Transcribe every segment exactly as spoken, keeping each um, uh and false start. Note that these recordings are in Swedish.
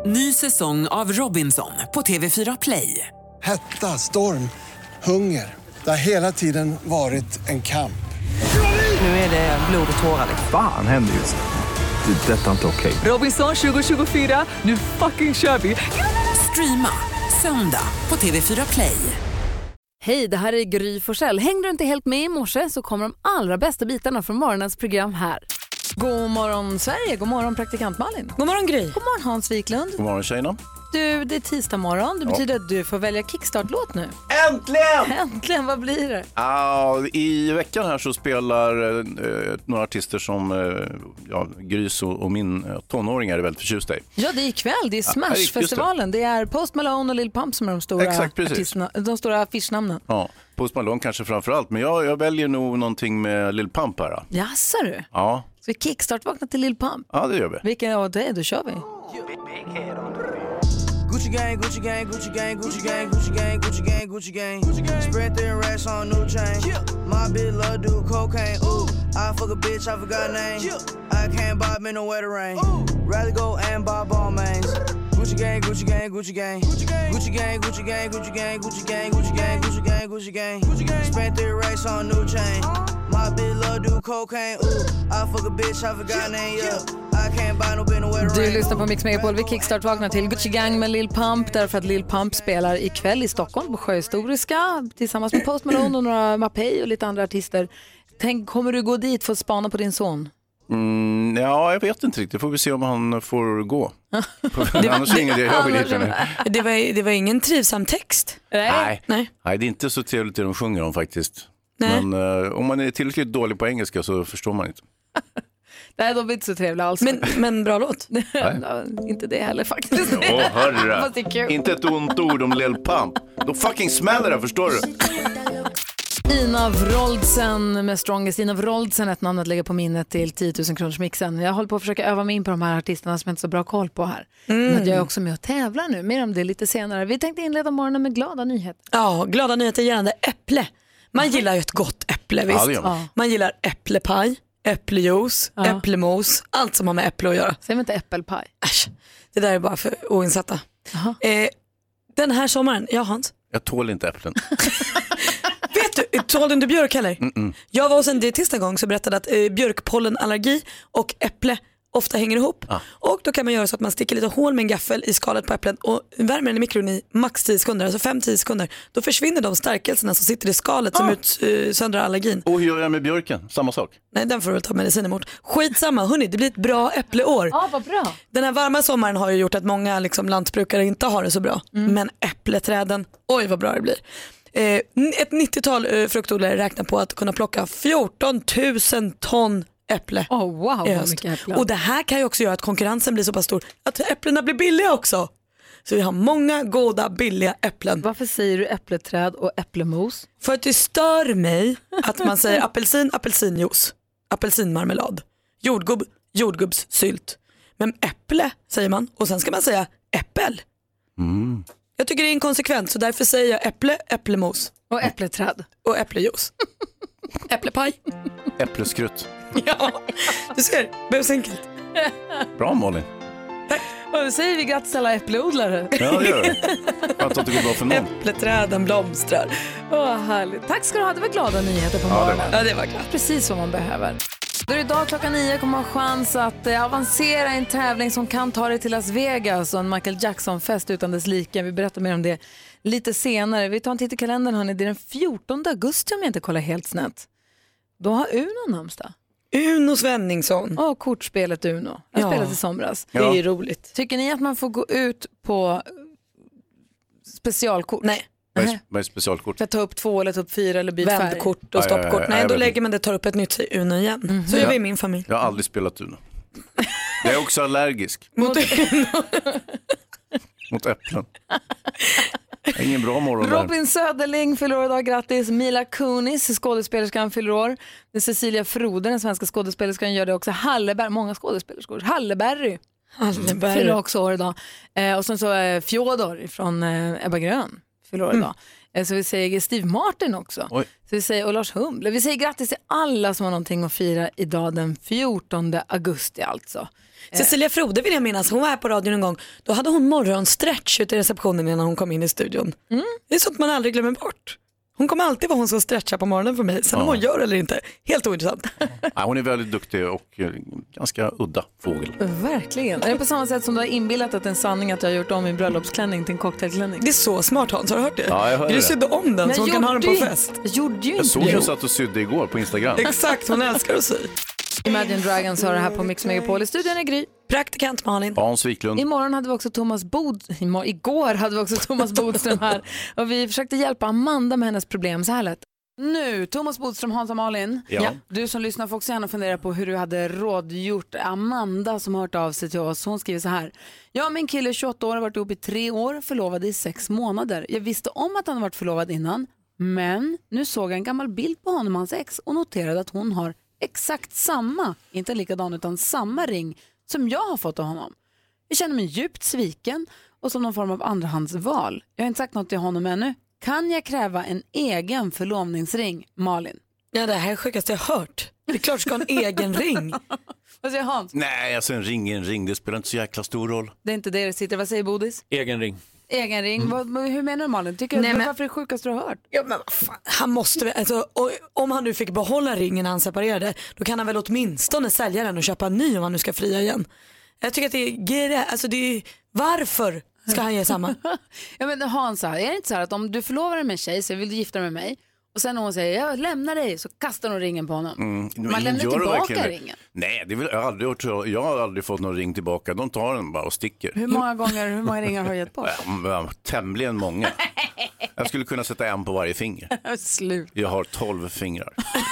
Ny säsong av Robinson på T V fyra Play. Hetta, storm, hunger. Det har hela tiden varit en kamp. Nu är det blod och tårar. Fan händer just det. Det är detta inte okej. Robinson tjugo tjugofyra, nu fucking kör vi. Streama söndag på T V fyra Play. Hej, det här är Gry Forssell. Hängde du inte helt med i morse så kommer de allra bästa bitarna från morgonens program här. God morgon Sverige, god morgon praktikant Malin. God morgon Gry. God morgon Hans Wiklund. God morgon tjejerna. Du, det är tisdag morgon. Det betyder ja. att du får välja kickstart-låt nu. Äntligen! Äntligen, vad blir det? Uh, I veckan här så spelar uh, några artister som uh, ja, Grys och, och min uh, tonåringar är väldigt förtjusta i. Ja, det är ikväll. Det är Smash-festivalen. Det. det är Post Malone och Lil Pump som är de stora Exakt, artisterna, de stora affischnamnen. Ja, Post Malone kanske framförallt. Men jag, jag väljer nog någonting med Lil Pump här. Jaså du? Ja. Ska vi kickstart-vakna till Lil Pump? Ja, det gör vi. Vilken ja, det är, då kör vi. Gucci gang, Gucci gang, Gucci gang, Gucci gang, Gucci gang, Gucci gang, Gucci gang. Spread thin racks on new chain. My bitch love do cocaine. Ooh, I fuck a bitch, I forgot name. I can't buy me no wetter rain. Rather go and buy ball mains. Gucci gang, Gucci gang, Gucci gang. Gucci gang, Gucci gang, Gucci gang, Gucci gang, Gucci gang, Gucci gang, Gucci gang, Gucci gang. Spread thin racks on new chain. My bitch love do cocaine. Ooh, I fuck a bitch, I forgot name. Yeah. Du lyssnar på Mix Megapol. Vi kickstart-vaknar till Gucci Gang med Lil Pump, därför att Lil Pump spelar ikväll i Stockholm på Sjöhistoriska tillsammans med Post Malone och några Mapei och lite andra artister. Tänk, kommer du gå dit för att spana på din son? Mm, ja, jag vet inte riktigt. Får vi se om han får gå. det, Annars det, ingen det, jag vill det, var, det var ingen trivsam text. Nej. Nej. Nej. Nej, det är inte så trevligt det de sjunger om faktiskt. Nej. Men uh, om man är tillräckligt dålig på engelska så förstår man inte. Nej, de är inte så trevliga alls. Men, men bra låt. Inte det heller faktiskt. Åh, hörra. Inte ett ont ord om Lil Pump. Då fucking smäller det, förstår du? Ina Wroldsen med Strongest. Ina Wroldsen, ett namn att lägga på minnet till tio tusen kronors mixen. Jag håller på att försöka öva mig in på de här artisterna som jag inte så bra koll på här. Mm. Men jag är också med och tävlar nu. Mer om det lite senare. Vi tänkte inleda morgonen med glada nyheter. Ja, glada nyheter gärna. Äpple. Man gillar ju ett gott äpple, visst? Ja, man. man gillar äpplepaj. Äpplejuice, ja. Äpplemos, allt som har med äpple att göra. Säger man inte äppelpaj? Äsch, det där är bara för oinsatta. Eh, den här sommaren, ja Hans? Jag tål inte äpplen. Vet du, tål du inte björk heller? Mm-mm. Jag var hos en dietist en gång som berättade att eh, björkpollenallergi och äpple ofta hänger ihop. Ah. Och då kan man göra så att man sticker lite hål med en gaffel i skalet på äpplen och värmer den i mikron i max tio sekunder, alltså fem till tio sekunder. Då försvinner de stärkelserna som sitter i skalet ah. som utsöndrar uh, allergin. Och hur gör jag med björken? Samma sak? Nej, den får du väl ta medicin emot. Skitsamma, hörni, det blir ett bra äppleår. Ja, ah, vad bra. Den här varma sommaren har ju gjort att många liksom, lantbrukare inte har det så bra. Mm. Men äppleträden, oj vad bra det blir. Eh, ett nittiotal eh, fruktodlare räknar på att kunna plocka fjorton tusen ton äpple. Oh, wow, vad mycket äpple. Och det här kan ju också göra att konkurrensen blir så pass stor att äpplena blir billiga också. Så vi har många goda, billiga äpplen. Varför säger du äppleträd och äpplemos? För att det stör mig att man säger apelsin, apelsinjuice, apelsinmarmelad, jordgubb, jordgubbssylt. Men äpple säger man och sen ska man säga äppel. Mm. Jag tycker det är inkonsekvent, så därför säger jag äpple, äpplemos. Och äppleträd. Och äpplejuice. Äpplepaj. Äppleskrutt. Ja, du ser, behövs enkelt. Bra Malin. Tack. Och då säger vi grattis alla äppleodlare. Ja, det gör det. Jag tror att det går bra för någon. Äppleträden blomstrar. Åh, härligt. Tack ska du ha, det var glada nyheter på morgonen. Ja, det var, ja, det var klart. Precis vad man behöver. Då är det idag klockan nio kommer man ha chans att eh, avancera i en tävling som kan ta dig till Las Vegas och en Michael Jackson-fest utan dess like. Vi berättar mer om det lite senare. Vi tar en titt i kalendern, hörni. Det är den fjortonde augusti om jag inte kollar helt snett. Då har Uno namnsdag. Uno Svenningsson. Ja, kortspelet Uno. Jag ja. spelat i somras. Ja. Det är roligt. Tycker ni att man får gå ut på specialkort? Nej. Vad är, vad är specialkort? För att ta upp två eller ta upp fyra eller byta färg. Vändkort och stoppkort. Ja, ja, ja, Nej, då lägger man det, tar upp ett nytt Uno igen. Mm-hmm. Så gör vi i min familj. Jag har aldrig spelat Uno. Jag är också allergisk. Mot Uno. Mot äpplen. Ingen bra morgon Robin där. Söderling fyller år idag, grattis. Mila Kunis, skådespelerskan, fyller år. Cecilia Frode, den svenska skådespelerskan, gör det också. Halleberg, många skådespelerskor. Halleberry. Halleberry. Fyller också år idag. Eh, och sen så eh, Fjodor från eh, Ebba Grön fyller år idag. Så vi säger Steve Martin också. Oj. Så vi säger, och Lars Humble. Vi säger grattis till alla som har någonting att fira idag den fjortonde augusti alltså. Cecilia Frode vill jag minnas, hon var här på radion en gång. Då hade hon morgonstretch ute i receptionen innan hon kom in i studion. Mm. Det är sånt man aldrig glömmer bort. Hon kommer alltid vara hon som stretchar på morgonen för mig. Sen ja. om hon gör eller inte, helt ointressant. Ja, hon är väldigt duktig och ganska udda fågel. Verkligen. Är det på samma sätt som du har inbillat att det är en sanning att jag har gjort om min bröllopsklänning till en cocktailklänning? Det är så smart, Hans, har du hört det? Ja, jag hör du det. sydde om den men så hon kan ha den på fest. Jag gjorde ju inte. Jag såg hon satt och sydde igår på Instagram. Exakt, hon älskar att sy. Imagine Dragons har det här på Mix Megapol. I studion är Gry. Praktikant Malin. Hans Wiklund. Imorgon hade vi också Thomas Bod... Igår hade vi också Thomas Bodström här. Och vi försökte hjälpa Amanda med hennes problem. Så här lätt. Nu, Thomas Bodström, Hans och Malin. Ja. Du som lyssnar får också gärna fundera på hur du hade rådgjort Amanda som har hört av sig till oss. Hon skriver så här. Jag och min kille tjugoåtta år har varit ihop i tre år, förlovad i sex månader. Jag visste om att han har varit förlovad innan. Men nu såg jag en gammal bild på honom och hans ex och noterade att hon har exakt samma, inte likadan utan samma ring som jag har fått av honom. Jag känner mig djupt sviken och som någon form av andrahandsval. Jag har inte sagt något till honom ännu. Kan jag kräva en egen förlovningsring, Malin? Ja, det här är sjukaste jag hört. Det är klart ska ha en egen ring. Vad säger Hans? Nej, alltså en ring är en ring. Det spelar inte så jäkla stor roll. Det är inte det det sitter. Vad säger Bodis? Egen ring. Egen ring. Mm. Vad, hur menar du, Malin? Tycker Nej, du, men... varför är det sjukaste du har hört? Ja, men vad fan. Han måste väl, alltså, om han nu fick behålla ringen när han separerade, då kan han väl åtminstone sälja den och köpa en ny om han nu ska fria igen. Jag tycker att det är, alltså det är, varför ska han ge samma? Ja, men Hans, är det inte så här att om du förlovar dig med en tjej så vill du gifta dig med mig och sen när hon säger jag lämnar dig så kastar hon ringen på honom. Mm. Man lämnar tillbaka ringen. Nej, det vill jag aldrig gjort. Jag har aldrig fått någon ring tillbaka. De tar den bara och sticker. Hur många gånger, hur många ringar har du gett bort? Ja, tämligen många. Jag skulle kunna sätta en på varje finger. Slut. Jag har tolv fingrar.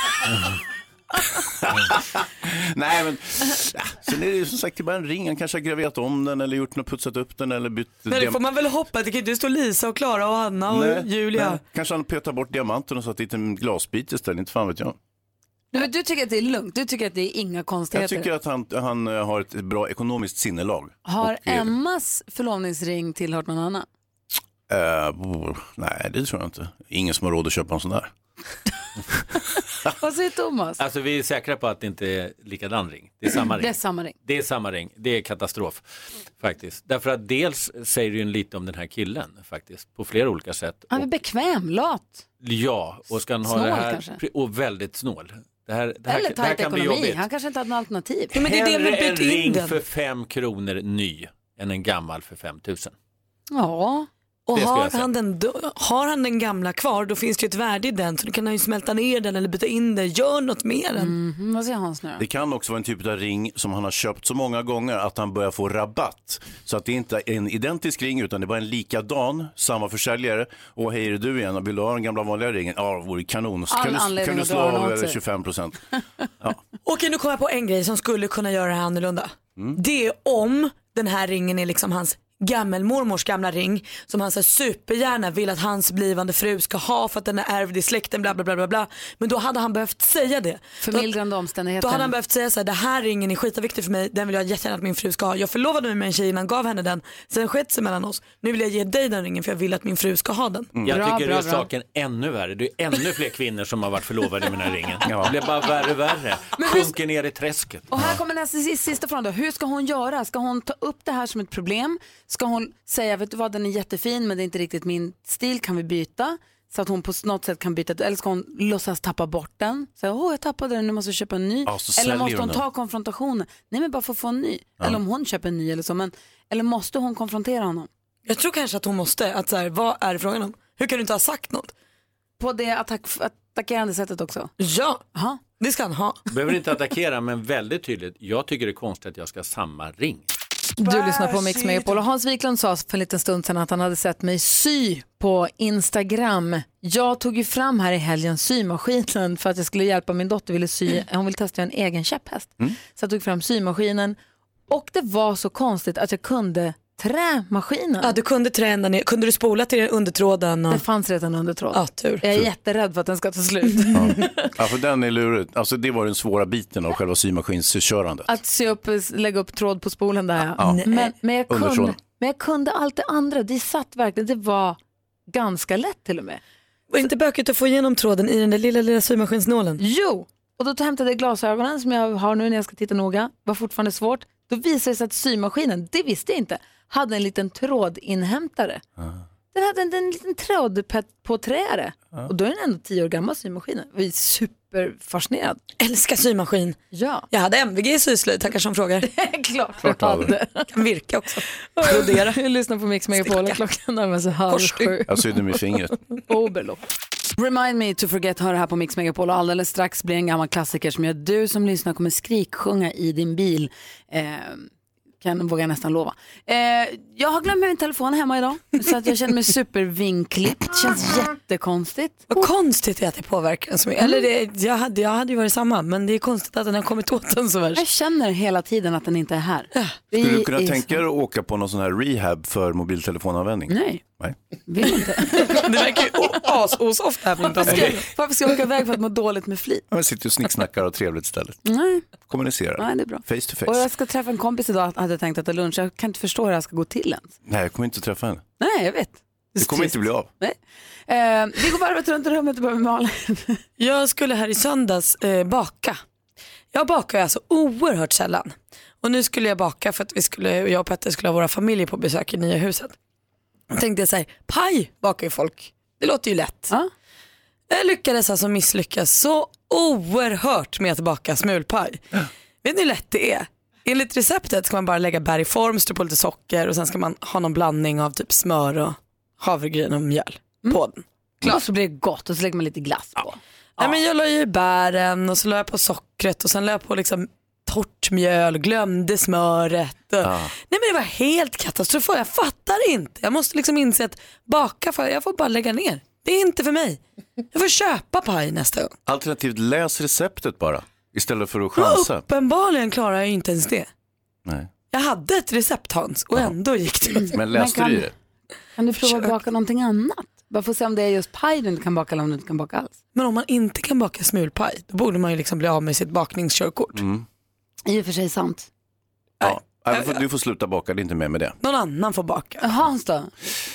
Nej, men ja, sen är det ju som sagt bara en ring. Han kanske har graverat om den eller gjort något, putsat upp den eller bytt. Men det får man väl hoppas. Det kan inte stå Lisa och Klara och Anna och nej, Julia. Nej. Kanske han petar bort diamanten och satt dit en glasbit istället. Inte fan vet jag. Men du tycker att det är lugnt? Du tycker att det är inga konstigheter? Jag tycker att han, han har ett bra ekonomiskt sinnelag. Har och, Emmas förlovningsring tillhört någon annan? Uh, nej, det tror jag inte. Ingen som har råd att köpa en sån där. Vad säger Thomas? Alltså vi är säkra på att det inte är likadan ring. Det är samma ring. Det är samma ring. Det är samma ring. Det är katastrof faktiskt. Därför att dels säger det ju lite om den här killen faktiskt. På flera olika sätt. Han är bekväm, lat. Ja, och ska han ha snål, det här. Kanske. Och väldigt snål. Det här, det här, eller det här kan ekonomi. bli Han kanske inte hade något alternativ. Ja, men det är det med en ring den. för fem kronor ny än en gammal för fem tusen. Ja. Och har han, den, har han den gamla kvar, då finns det ju ett värde i den. Så då kan han ju smälta ner den eller byta in den. Gör något med den. Mm, vad säger Hans nu då? Det kan också vara en typ av ring som han har köpt så många gånger att han börjar få rabatt. Så att det inte är en identisk ring utan det är bara en likadan, samma försäljare. Och hej är det du igen, vill du ha den gamla vanliga ringen? Ja, det vore kanon. Så kan du, kan du slå av tjugofem procent. Ja. Okej, nu kommer jag på en grej som skulle kunna göra det här annorlunda. Mm. Det är om den här ringen är liksom hans gammelmormors gamla ring som han så supergärna vill att hans blivande fru ska ha för att den är ärvd i släkten, bla bla bla bla bla. Men då hade han behövt säga det. Förmildrande omständigheter. Då hade han behövt säga så här: det här ringen är skitviktig för mig, den vill jag jättegärna att min fru ska ha. Jag förlovade mig med en tjej innan, gav henne den, sen skett sig mellan oss. Nu vill jag ge dig den ringen för jag vill att min fru ska ha den. Mm. Jag bra, tycker bra, det är bra. saken ännu värre. Det är ännu fler kvinnor som har varit förlovade med den här ringen. Ja. Det blir bara värre och värre. Sjunker ner i träsket. Och här kommer nästa sista frågan då. Hur ska hon göra? Ska hon ta upp det här som ett problem? Ska hon säga, vet du vad, den är jättefin men det är inte riktigt min stil, kan vi byta? Så att hon på något sätt kan byta, eller ska hon låtsas tappa bort den? Så åh, jag tappade den, nu måste jag köpa en ny. Ja, eller måste hon ta konfrontationen? Nej, men bara för att få en ny. Ja. Eller om hon köper en ny eller så. Men, eller måste hon konfrontera honom? Jag tror kanske att hon måste. Att så här, vad är det frågan om? Hur kan du inte ha sagt något? På det attack, attackerande sättet också? Ja, aha. Det ska han ha. Behöver inte attackera, men väldigt tydligt. Jag tycker det är konstigt att jag ska ha samma ring. Du lyssnar på Mix Megapol och Hans Wiklund sa för en liten stund sedan att han hade sett mig sy på Instagram. Jag tog ju fram här i helgen symaskinen för att jag skulle hjälpa min dotter, ville sy, hon ville testa en egen käpphäst. Mm. Så jag tog fram symaskinen och det var så konstigt att jag kunde trämaskinen. Ja, du kunde trä ända ner. Kunde du spola till undertråden? Och... Det fanns redan undertråd. Ja, tur. Jag är jätterädd för att den ska ta slut. Ja, ja för den är lurig. Alltså det var den svåra biten av själva symaskinskörandet. Att sy upp, lägga upp tråd på spolen där. Ja. Men, men, jag kunde, men jag kunde allt det andra. Det satt verkligen, det var ganska lätt till och med. Var inte bökigt att få igenom tråden i den där lilla, lilla symaskinsnålen? Jo, och då hämtade jag glasögonen som jag har nu när jag ska titta noga. Var fortfarande svårt. Då visade det sig att symaskinen, det visste jag inte, hade en liten trådinhämtare. Ah. Den hade en, en liten tråd på, på träre. Ah. Och då är den ändå tio år gammal symaskinen. Vi är superfascinerad. Älskar symaskin. Ja. Jag hade M V G i syslöjd, tackar som frågar. Klart, Klart du hade. Kan virka också. Jag lyssnar på Mix Megapol och klockan är så halv sju. Jag sydde med fingret. Oberlopp. Remind me to forget hör det här på Mix Megapol och alldeles strax blir en gammal klassiker som jag, du som lyssnar kommer skriksjunga i din bil. Eh, kan våga nästan lova. Eh, jag har glömt min telefon hemma idag så att jag känner mig supervinklig. Det känns jättekonstigt. Vad konstigt är att det påverkar så mycket. Eller det, jag, hade, jag hade ju varit samma, men det är konstigt att den har kommit åt den så värst. Jag känner hela tiden att den inte är här. Ja. Skulle du kunna tänka dig att åka på någon sån här rehab för mobiltelefonanvändning? Nej. Nej. Vill inte. Det verkar ju as-osoft här. Varför ska, varför ska jag åka iväg för att må dåligt med flit? Man sitter och snicksnackar och trevligt istället. Nej. Kommunicera. Nej, det är bra. Face to face. Och jag ska träffa en kompis idag, hade jag tänkt att det är lunch. Jag kan inte förstå hur det här ska gå till ens. Nej, jag kommer inte träffa henne. Nej, jag vet. Det, det kommer trist. Inte bli av. Nej. Eh, vi går varvet runt i rummet och börjar med Malin. Jag skulle här i söndags eh, baka. Jag bakar alltså oerhört sällan. Och nu skulle jag baka för att vi skulle, jag och Petter skulle ha våra familjer på besök i nya huset. Jag tänkte så här, paj bakar ju folk. Det låter ju lätt. Ja. Jag lyckades alltså misslyckas så oerhört med att baka smulpaj. Ja. Vet ni hur lätt det är? Enligt receptet ska man bara lägga bär i form, strö på lite socker och sen ska man ha någon blandning av typ smör och havregryn och mjöl mm. på den. Klart. Så blir det gott och så lägger man lite glass på. Ja. Ja. Nej, men jag la ju bären och så la jag på sockret och sen la jag på liksom torrt mjöl, glömde smöret. Och... Ja. Nej men det var helt katastrofalt, jag fattar inte. Jag måste liksom inse att baka, för jag får bara lägga ner. Det är inte för mig. Jag får köpa paj nästa gång. Alternativt läs receptet bara, istället för att chansa. Men uppenbarligen klarar jag inte ens det. Nej. Jag hade ett recept, Hans, och ja. ändå gick det. Men läste Men kan, du det? Kan du prova att baka någonting annat? Bara få se om det är just paj du inte kan baka eller om du inte kan baka alls. Men om man inte kan baka smulpaj, då borde man ju liksom bli av med sitt bakningskörkort. Mm. I och för sig sant. Ja, Nej. Du, får, du får sluta baka, det är inte med med det. Någon annan får baka. Hans då?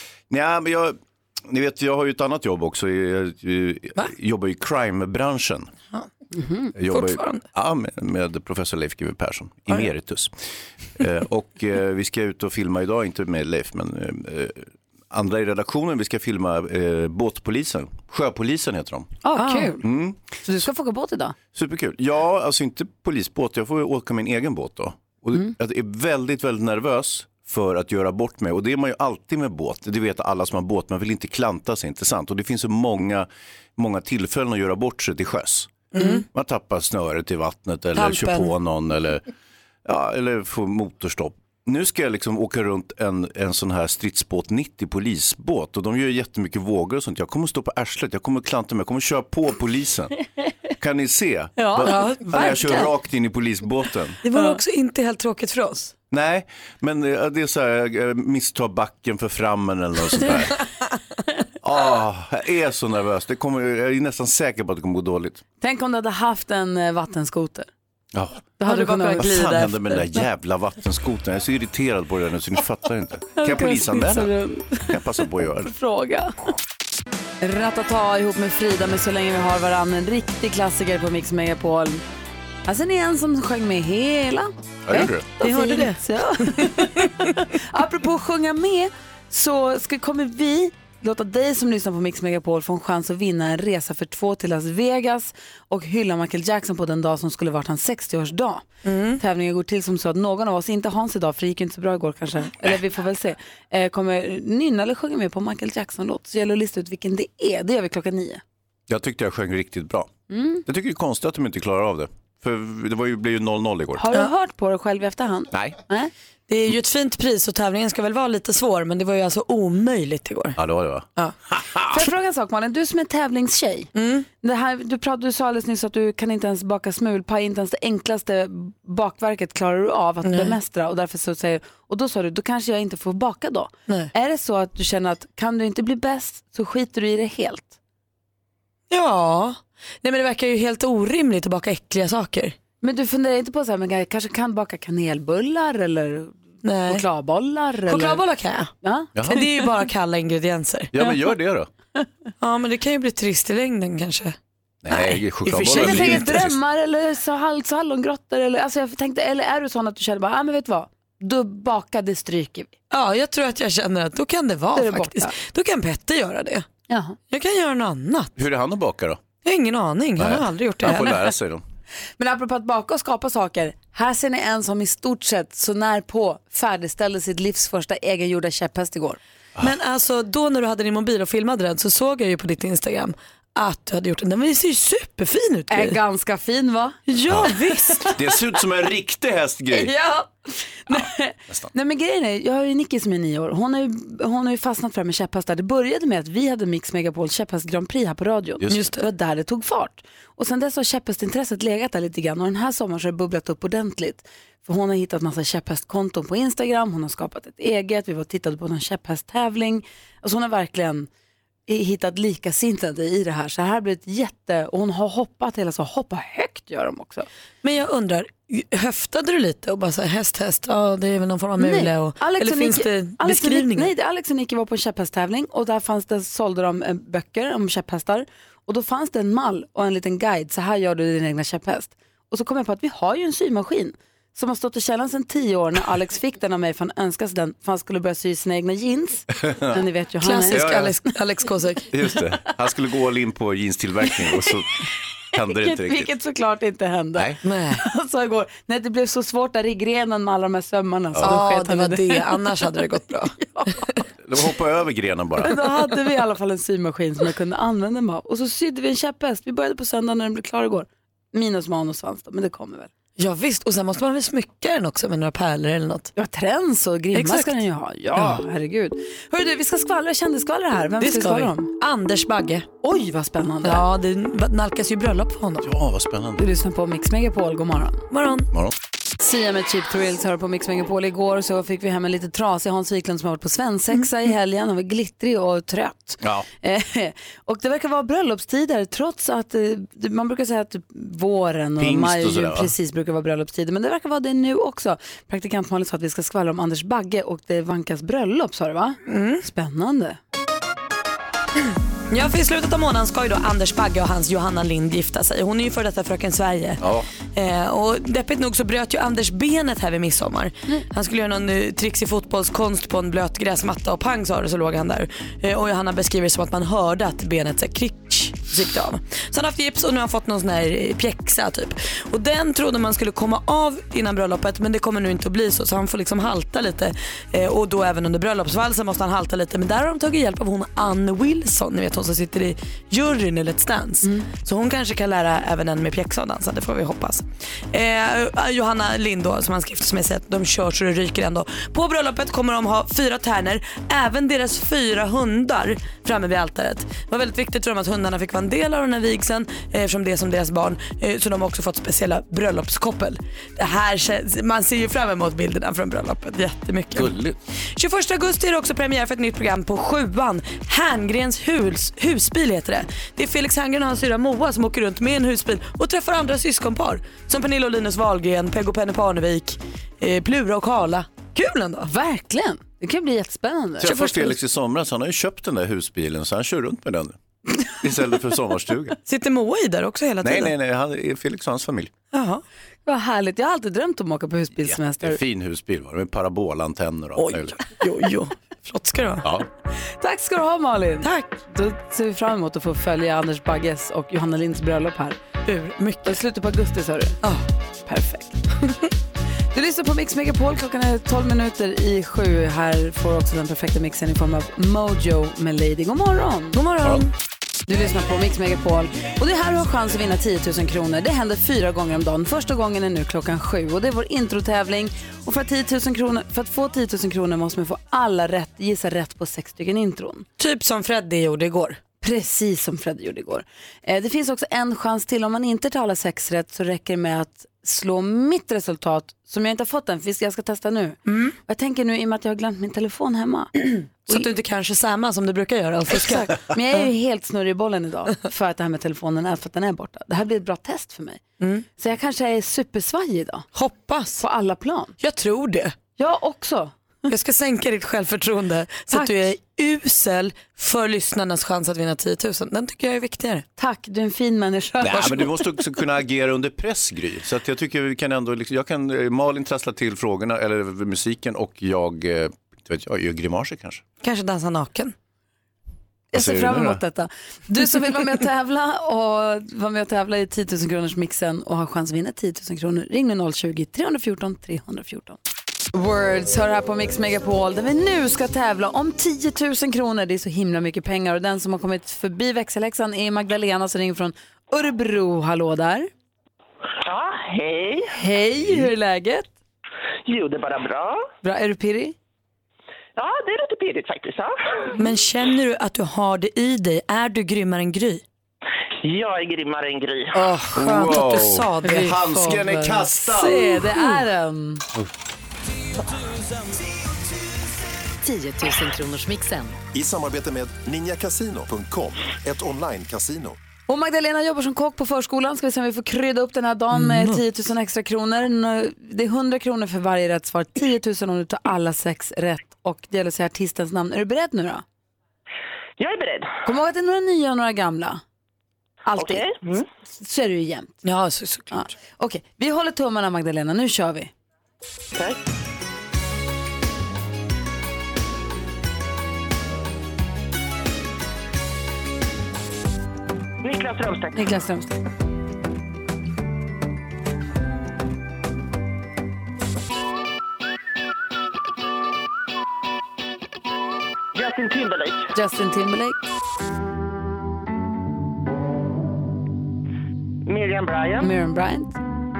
Ja, men jag, ni vet, jag har ju ett annat jobb också. Jag, jag, jag jobbar i crime-branschen. Mm-hmm. Jag jobbar Fortfarande? Ju, ja, med, med professor Leif G W Persson, emeritus. eh, och eh, vi ska ut och filma idag, inte med Leif, men eh, andra i redaktionen. Vi ska filma eh, båtpolisen. Sjöpolisen heter de. Ah, kul. Mm. Så du ska få åka båt idag? Superkul. Ja, alltså inte polisbåt. Jag får åka min egen båt då. Och mm. jag är väldigt, väldigt nervös för att göra bort mig. Och det är man ju alltid med båt. Det vet alla som har båt. Man vill inte klanta sig, inte sant? Och det finns så många, många tillfällen att göra bort sig till sjöss. Mm. Man tappar snöret i vattnet eller Tampen. kör på någon eller, ja, eller får motorstopp. Nu ska jag liksom åka runt en, en sån här stridsbåt nittio polisbåt och de gör jättemycket vågor och sånt. Jag kommer stå på arslet, jag kommer klanta mig, jag kommer köra på polisen. Kan ni se? Ja, ja, när jag kör rakt in i polisbåten. Det var också inte helt tråkigt för oss. Nej, men det är så här, jag misstag backen för frammen eller något sånt där. Ah, jag är så nervös. Det kommer, jag är nästan säker på att det kommer gå dåligt. Tänk om du hade haft en vattenskoter. Ja. Då hade du kunnat glida. Vad fan hände med den där jävla vattenskoten? Jag är så irriterad på det nu så ni fattar inte. Kan jag polisanmäla? Kan jag passa på att göra det? Fråga. Ratata ihop med Frida med Så länge vi har varann. En riktig klassiker på Mix Megapol. Alltså ni är en som sjöng med hela. Ja, gjorde det. Ni hörde det. Så. Apropå att sjunga med så ska, kommer vi låta dig som lyssnar på Mix Megapol få en chans att vinna en resa för två till Las Vegas och hylla Michael Jackson på den dag som skulle varit hans sextioårsdag. Mm. Tävlingen går till som så att någon av oss, inte Hans idag för det gick inte så bra igår kanske, eller vi får väl se, eh, kommer nynna eller sjunga med på Michael Jackson-låt. Så gäller att lista ut vilken det är. Det gör vi klockan nio. Jag tyckte jag sjöng riktigt bra. Mm. Jag tycker det är konstigt att de inte klarar av det. För det var ju, blev ju noll noll igår. Har du ja. hört på det själv i efterhand? Nej. Nej. Det är ju ett fint pris och tävlingen ska väl vara lite svår, men det var ju alltså omöjligt igår. Ja, det var det va? Ja. Får jag fråga en sak, Malin? Du som är tävlingstjej. Mm. Det här, du, pratade, du sa alldeles nyss att du kan inte ens baka smulpaj, inte ens det enklaste bakverket klarar du av att Nej. bemästra. Och, därför så säger, och då sa du, då kanske jag inte får baka då. Nej. Är det så att du känner att kan du inte bli bäst så skiter du i det helt? Ja. Nej, men det verkar ju helt orimligt att baka äckliga saker. Men du funderar inte på så här, men jag kanske kan baka kanelbullar eller Nej. Chokladbollar? Chokladbollar kan jag. Ja. Men det är ju bara kalla ingredienser. Ja, men gör det då. Ja, men det kan ju bli trist i längden kanske. Nej, chokladbollar jag blir tänker inte drömmar eller så hall, så hallongrottor eller, alltså jag tänkte, eller är du sån att du känner bara, ah, men vet du vad, då bakade stryker vi. Ja, jag tror att jag känner att då kan det vara Då är det faktiskt. borta. Då kan Petter göra det. Jaha. Jag kan göra något annat. Hur är han att baka då? Jag har ingen aning, han Nej. har aldrig gjort det Han får heller. lära sig då. Men apropå att baka och skapa saker, här ser ni en som i stort sett så när på färdigställde sitt livs första egengjorda käpphäst igår. Men alltså då när du hade din mobil och filmade den så såg jag ju på ditt Instagram att du hade gjort den. Den ser ju superfin ut. Är ganska fin va? Ja visst. Det ser ut som en riktig hästgrej. Ja. Ja, Nej men grejen är, jag har ju Nicky som är nio år. Hon har ju, hon har ju fastnat för med käpphästar. Det började med att vi hade Mix Megapol käpphäst Grand Prix här på radion. Just det. Just det. Det var där det tog fart. Och sen dess har käpphästintresset legat där lite grann. Och den här sommaren så har det bubblat upp ordentligt. För hon har hittat massa käpphästkonton på Instagram. Hon har skapat ett eget. Vi var och tittade på en käpphästtävling. Alltså hon har verkligen hittat likasinnade i det här. Så här blir ett jätte... Och hon har hoppat hela så. Hoppa högt gör de också. Men jag undrar, höftade du lite och bara så här, häst, häst, ja det är väl någon form av mule och, Alex eller och finns Nicky, det Alex och beskrivningar? Nicky, nej, det Alex och Nicky var på en käpphästtävling och där fanns det, sålde de eh, böcker om käpphästar och då fanns det en mall och en liten guide, så här gör du din egna käpphäst. Och så kom jag på att vi har ju en symaskin som har stått i källaren sedan tio år när Alex fick den av mig för han önskade sig den för han skulle börja sy sina egna jeans. Men ni vet ju, han Klassisk Ja, ja. Alex, Alex Kosek. Just det. Han skulle gå all in på jeanstillverkning och så hände det inte vilket, riktigt. vilket såklart inte hände. Nej. Nej. Så igår, nej, det blev så svårt där i grenen med alla de här sömmarna. Så då Ja, sket det han i var det. Annars hade det gått bra. Det var hoppa över grenen bara. Men då hade vi i alla fall en symaskin som jag kunde använda mig av. Och så sydde vi en käpphäst. Vi började på söndag när den blev klar igår. Minus man och svans då, men det kommer väl. Ja visst, och sen måste man väl smycka den också med några pärlor eller något. Ja, träns och grimma Exakt. ska den ju ha. Ja, ja. Herregud. Hörru du, vi ska skvallra, kändisskvallra här. Vem Det ska vi ska vi. skvallra om? Anders Bagge. Oj, vad spännande. Ja, det nalkas ju bröllop för honom. Ja, vad spännande. Du lyssnar på Mix Megapol, god morgon. Morgon. Morgon. Sia med Cheap Thrills hör på Mix Megapol. Igår så fick vi hem en lite trasig Hans Wiklund som har varit på svensexa i helgen. Han var glittrig och trött. Ja. Eh, och det verkar vara bröllopstider trots att eh, man brukar säga att typ våren och Pingst maj och sådär, va? precis brukar vara bröllopstider. Men det verkar vara det nu också. Praktikant Malin sa att vi ska skvallra om Anders Bagge och det vankas bröllop, sa du va? Mm. Spännande. Ja, för i slutet av månaden ska ju då Anders Bagge och hans Johanna Lind gifta sig. Hon är ju för detta fröken Sverige. Ja. Eh, och deppigt nog så bröt ju Anders benet här vid midsommar. Mm. Han skulle göra någon uh, trixig fotbollskonst på en blöt gräsmatta och pang sa det, så låg han där. Eh, och Johanna beskriver det som att man hörde att benet så här, krick, gick av. Så han har haft gips och nu har han fått någon sån här pjäxa typ. Och den trodde man skulle komma av innan bröllopet, men det kommer nu inte att bli så. Så han får liksom halta lite. Eh, och då även under bröllopsvalsen måste han halta lite. Men där har de tagit hjälp av hon Ann Wilson, ni vet hon som sitter i juryn i Let's Dance. Mm. Så hon kanske kan lära även en med pjäxa och dansa, det får vi hoppas. Eh, Johanna Lind då, som han ska gifta sig med, säger att de kör så det ryker ändå. På bröllopet kommer de ha fyra tärnor, även deras fyra hundar framme vid altaret. Det var väldigt viktigt för dem att hundarna fick vara en del av den här vigseln, eh, eftersom det är som deras barn. Eh, så de har också fått speciella bröllopskoppel. Det här känns, man ser ju fram emot bilderna från bröllopet jättemycket. Gulligt. tjugoförsta augusti är det också premiär för ett nytt program på Sjuan. Herngrens hus, husbil heter det. Det är Felix Herngren och hans syra Moa som åker runt med en husbil och träffar andra syskonpar. Som Pernilla och Linus Wahlgren, Peggo Penny Parnevik, eh, Plura och Karla. Kul ändå. Verkligen. Det kan bli jättespännande. Jag träffade Felix i somras, han har ju köpt den där husbilen så han kör runt med den istället för sommarstuga. Sitter Moa i där också hela tiden? Nej, nej, nej, han är Felix och hans familj. Jaha. Vad härligt. Jag har alltid drömt om att åka på husbilssemester. Fin husbil var det, med parabolantenner och allt Oj, möjligt. jo, jo. Flott ska det vara. Ja. Tack ska du ha Malin. Tack. Då ser vi fram emot att få följa Anders Bagges och Johanna Linds bröllop här. Hur mycket? I slutet på augusti sa du? Ja. Perfekt. Du lyssnar på Mix Megapol, klockan är tolv minuter i sju. Här får också den perfekta mixen i form av Mojo med Lady. God morgon. God morgon. Du lyssnar på Mix Megapol och det här har chans att vinna tio tusen kronor. Det händer fyra gånger om dagen. Första gången är nu klockan sju och det är vår introtävling. Och för, tio tusen kronor, för att få tio tusen kronor måste man få alla rätt, gissa rätt på sex stycken intron. Typ som Freddy gjorde igår. Precis som Freddy gjorde igår. Eh, det finns också en chans till. Om man inte tar alla sex rätt så räcker det med att slå mitt resultat som jag inte har fått än. För jag ska testa nu. Mm. Jag tänker nu i och med att jag har glömt min telefon hemma. Så att du inte kanske samma som du brukar göra och fuska. Men jag är ju helt snurrig i bollen idag för att det här med telefonen är för att den är borta. Det här blir ett bra test för mig. Mm. Så jag kanske är supersvaj idag. Hoppas. På alla plan. Jag tror det. Jag också. Jag ska sänka ditt självförtroende så Tack. att du är usel för lyssnarnas chans att vinna tio tusen. Den tycker jag är viktigare. Tack, du är en fin människa. Nej, men du måste också kunna agera under press, Gry. Så att jag tycker vi kan ändå, liksom, jag kan Malin trassla till frågorna eller musiken och jag, eh, vet jag gör grimaser kanske. Kanske dansa naken. Jag ser fram emot detta. Du som vill vara med och tävla och vara med och tävla i tio tusen kronors mixen och ha chans att vinna tio tusen kronor. Ring med noll tjugo, tre fjorton, tre fjorton. Words hör här på Mix Megapol där vi nu ska tävla om tio tusen kronor. Det är så himla mycket pengar och den som har kommit förbi växelläxan är Magdalena som ringer från Örebro. Hallå där. Ja, hej. Hej, hur är läget? Jo, det är bara bra. Bra, är du pirrig? Ja, det är lite pirrigt faktiskt. Ja. Men känner du att du har det i dig? Är du grymmare än Gry? Jag är grymmare än Gry. Åh, oh, skönt wow. att du sa det. Handsken är kastad. Se, det är den. tio tusen kronors mixen. I samarbete med ninja casino punkt com, ett online-casino. Och Magdalena jobbar som kock på förskolan. Ska vi se om vi får krydda upp den här dagen med mm. tio tusen extra kronor. Det är hundra kronor för varje rätt svar. tio tusen om du tar alla sex rätt. Och det gäller att säga artistens namn. Är du beredd nu då? Jag är beredd. Kom ihåg att det är några nya och några gamla. Alltid. Okay. Mm. Så är det ju jämnt. Ja, så, såklart. Ja. Okej, okay. Vi håller tummarna Magdalena. Nu kör vi. Okej. Okay. Niklas Strömstedt. Niklas Strömstedt. Justin Timberlake. Justin Timberlake. Miriam Bryant. Miriam Bryant.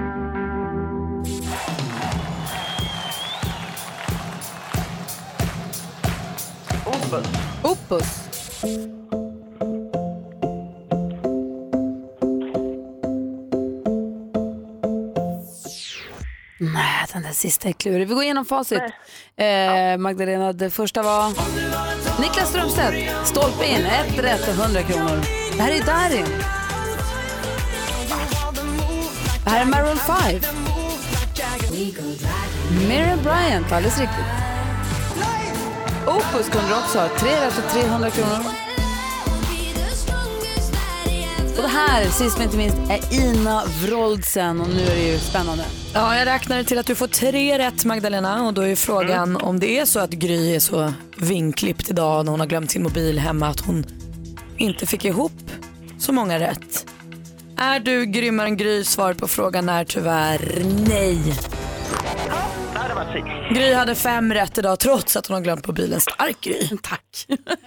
Opus. Opus. Nej, den där sista är klurig. Vi går igenom facit. Eh, Magdalena, det första var Niklas Strömstedt. Stolpe in, ett rätt och hundra kronor. Det här är Darin. Det här är Maroon five. Miriam Bryant, alldeles riktigt. Opus kunde du också ha. Tre rätt och trehundra kronor. Och det här, sist men inte minst, är Ina Wroldsen. Och nu är det ju spännande. Ja, jag räknar till att du får tre rätt, Magdalena. Och då är frågan mm. om det är så att Gry är så vinklippt idag när hon har glömt sin mobil hemma att hon inte fick ihop så många rätt. Är du grymmare än Gry? Svaret på frågan är tyvärr nej. Ja, det var fint. Gry hade fem rätt idag trots att hon har glömt mobilen. Stark Gry. Tack.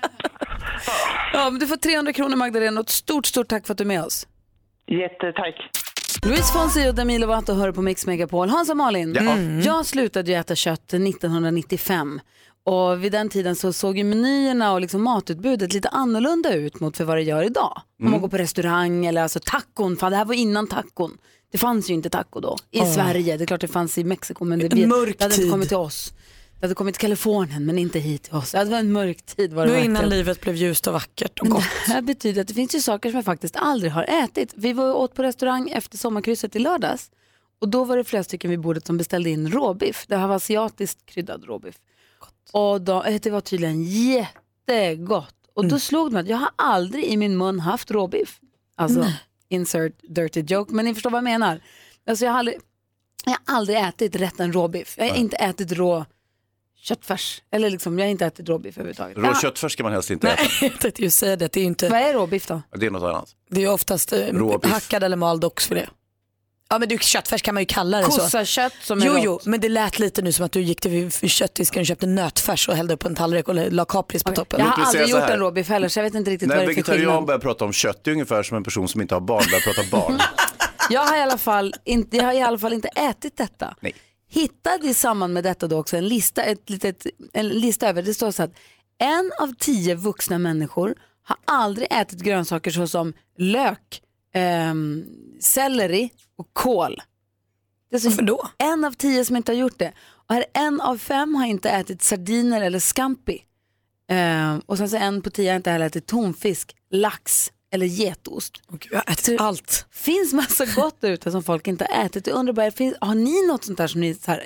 Ja, men du får trehundra kronor Magdalena och ett stort, stort tack för att du är med oss. Jättetack. Louise Fonsi och Demi Lovato hör på Mix Megapol. Hans och Malin, ja. mm. jag slutade ju äta kött nittonhundranittiofem. Och vid den tiden så såg ju menyerna och liksom matutbudet lite annorlunda ut mot för vad det gör idag. Mm. Om man går på restaurang eller alltså tacon, fan det här var innan tacon. Det fanns ju inte taco då i oh. Sverige. Det är klart det fanns i Mexiko men det, det hade inte kommit till oss. Det hade kommit till Kalifornien men inte hit till oss. Det var en mörk tid. Var det nu verkligen. Innan livet blev ljust och vackert och men gott. Det här betyder att det finns ju saker som jag faktiskt aldrig har ätit. Vi var åt på restaurang efter sommarkrysset i lördags. Och då var det flera stycken vid bordet som beställde in råbiff. Det här var asiatiskt kryddad råbiff. Gott. Och då, det var tydligen jättegott. Och då mm. slog det mig att jag har aldrig i min mun haft råbiff. Alltså mm. insert dirty joke. Men ni förstår vad jag menar. Alltså jag har aldrig, jag har aldrig ätit rätt en råbiff. Jag har inte ätit rå köttfärs. Eller liksom, jag har inte ätit råbiff överhuvudtaget. Rå köttfärs ska man helst inte äta. Nej, jag tänkte ju säga det. Det är inte... Vad är råbiff då? Det är något annat. Det är oftast råbiff. Hackad eller mald också för det. Ja, men du, köttfärs kan man ju kalla det. Kossakött som är Jo, rått. jo, men det lät lite nu som att du gick till köttdisken och köpte nötfärs och hällde upp en tallrik och la kapris på toppen. Jag har aldrig gjort en råbiff heller så jag vet inte riktigt när vad det är för skillnad. När vegetarian börjar prata om kött, det är ungefär som en person som inte har barn börjar prata barn. jag, har i alla fall inte, jag har i alla fall inte ätit detta. Nej. Hittade i samband med detta då också en lista, ett litet, en lista över, det står så att en av tio vuxna människor har aldrig ätit grönsaker såsom lök, eh, selleri och kål. Det är så varför då? En av tio som inte har gjort det. Och här en av fem har inte ätit sardiner eller scampi. Eh, och sen så en på tio har inte heller ätit tonfisk, lax eller getost. Och jag har ätit allt. Finns massa gott ute som folk inte har ätit. Jag undrar bara, finns, har ni något sånt där som ni så här, jag har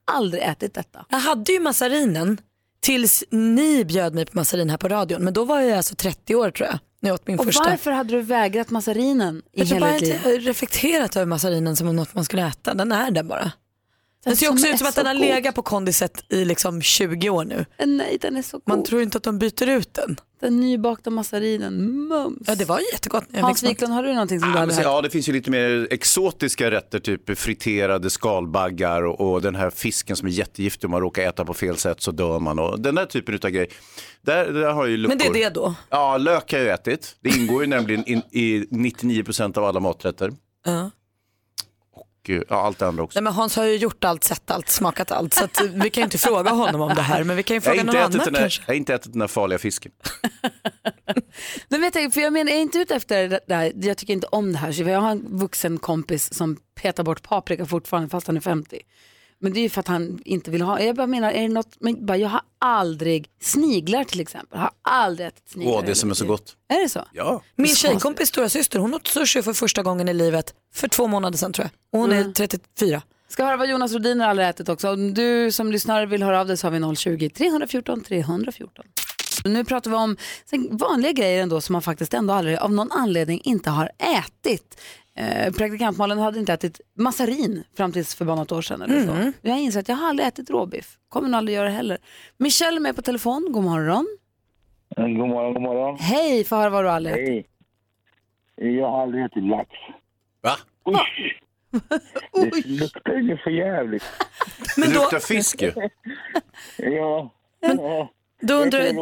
aldrig ätit detta. Jag hade ju massarinen tills ni bjöd mig på massarin här på radion. Men då var jag alltså trettio år tror jag. När jag åt min och första. varför hade du vägrat massarinen i jag hela bara ditt liv? Jag har reflekterat över massarinen som något man skulle äta. Den är där bara. Den ser också ut som att den har legat på kondiset i liksom tjugo år nu. Nej, den är så god. Man tror inte att de byter ut den. Den nybakta massarinen, mums. Ja, det var jättegott. Hans Wiklund, har du någonting som ja, du hade hört? Ja, det finns ju lite mer exotiska rätter, typ friterade skalbaggar och, och den här fisken som är jättegiftig om man råkar äta på fel sätt så dör man. Och den där typen av grej. Där, där har ju luckor. Men det är det då? Ja, lök har jag ätit. Det ingår ju nämligen in, i nittionio procent av alla maträtter. Ja. Ja, allt det andra också. Nej, men Hans har ju gjort allt, sett allt, smakat allt. Så att vi kan ju inte fråga honom om det här. Men vi kan ju fråga någon annan här, kanske. Jag har inte ätit den här farliga fisken. Men vet jag, för jag menar, jag är inte ute efter det här. Jag tycker inte om det här. Så jag har en vuxen kompis som petar bort paprika fortfarande fast han är femtio. Men det är ju för att han inte vill ha. Jag bara menar, är det något, men bara, jag har aldrig sniglar till exempel. Jag har aldrig ätit sniglar. Åh, det som är så gott. Är det så? Ja. Min tjejkompis stora syster, hon åt sushi för första gången i livet för två månader sedan tror jag. Och hon mm. är trettiofyra. Ska höra vad Jonas Rodiner aldrig ätit också. Om du som lyssnare vill höra av dig så har vi noll tjugo, tre fjorton, tre fjorton. Nu pratar vi om vanliga grejer ändå som man faktiskt ändå aldrig av någon anledning inte har ätit. Eh, praktikantmalen hade inte ätit massarin fram tills för bara något år sedan eller så. Mm. Jag har insett att jag har aldrig ätit råbiff. Kommer nog aldrig göra det heller. Michelle är med på telefon. God morgon. God morgon, god morgon. Hej, för höra vad du aldrig ätit. Hej. Jag har aldrig ätit lax. Va? Usch. Det luktar ju för jävligt. Men det luktar fisk ju. Ja. Men, ja. Då undrar du...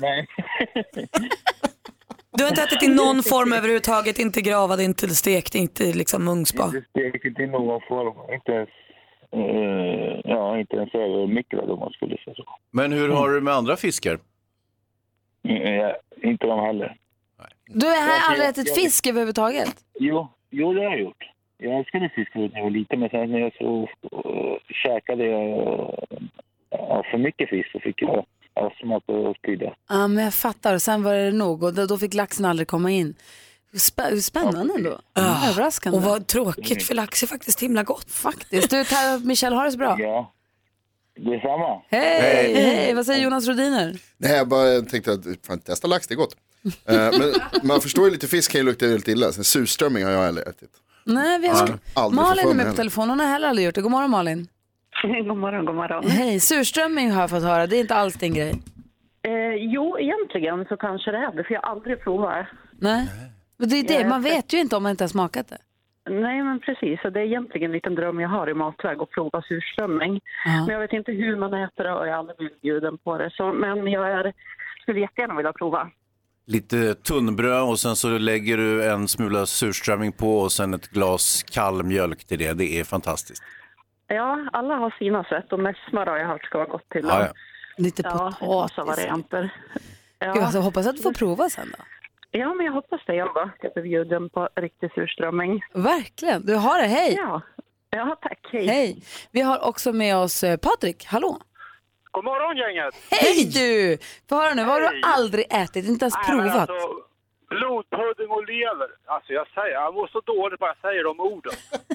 Du har inte ätit i någon form överhuvudtaget, inte gravad, inte stekt, inte liksom mungspa? Inte stekt, inte i någon form, inte ens, uh, ja, inte ens över mikrad om man skulle säga så. Men hur har du med andra fiskar? Mm, ja, inte de heller. Du har här aldrig ätit fisk överhuvudtaget? Jo, jo, det har jag gjort. Jag älskade fisk när jag var liten, men sen när jag så uh, käkade jag uh, för mycket fisk så fick jag astma och spydda. Ja, men jag fattar. Och sen var det nog och då fick laxen aldrig komma in. Spä- spännande ändå. Ja. Överraskande. Och vad tråkigt, för lax är faktiskt himla gott. Faktiskt. Du, ta, Michelle, har det så bra? Ja, det är samma. Hej! Hej! Hej. Vad säger Jonas Rodiner? Nej, jag bara tänkte att fan, testa lax, det är gott. uh, men man förstår ju lite, fisk kan ju lukta väldigt illa. Sen surströmming har jag aldrig ätit. Nej, vi har... Ja, Malin är med på telefon. Hon har heller aldrig gjort det. God morgon, Malin. God morgon, god morgon. Hej, surströmming har jag fått höra. Det är inte alls din grej. Eh, jo, egentligen så kanske det är det, för jag har aldrig provat. Nej, men det är det. Man vet ju inte om man inte har smakat det. Nej, men precis. Så det är egentligen en liten dröm jag har i matväg att prova surströmming. Uh-huh. Men jag vet inte hur man äter det och jag har aldrig blivit bjuden på det. Så, men jag är, skulle jättegärna vilja prova. Lite tunnbröd och sen så lägger du en smula surströmming på och sen ett glas kall mjölk till det. Det är fantastiskt. Ja, alla har sina sätt och mässmar har jag hört ska vara gott till. Ja, ja. Lite ja, potatis. varianter. Ja. Gud, alltså, hoppas att du får prova sen då. Ja, men jag hoppas det. Jag bara ska bli bjuden på riktig surströmming. Verkligen. Du har det. Hej. Ja, ja tack. Hej. Hej. Vi har också med oss Patrik. Hallå. God morgon, gänget. Hej du. Få höra nu. Vad har du aldrig ätit? Inte ens Nej, provat? Alltså, blodpudding och lever. Alltså jag säger, jag mår så dåligt bara jag säger de orden.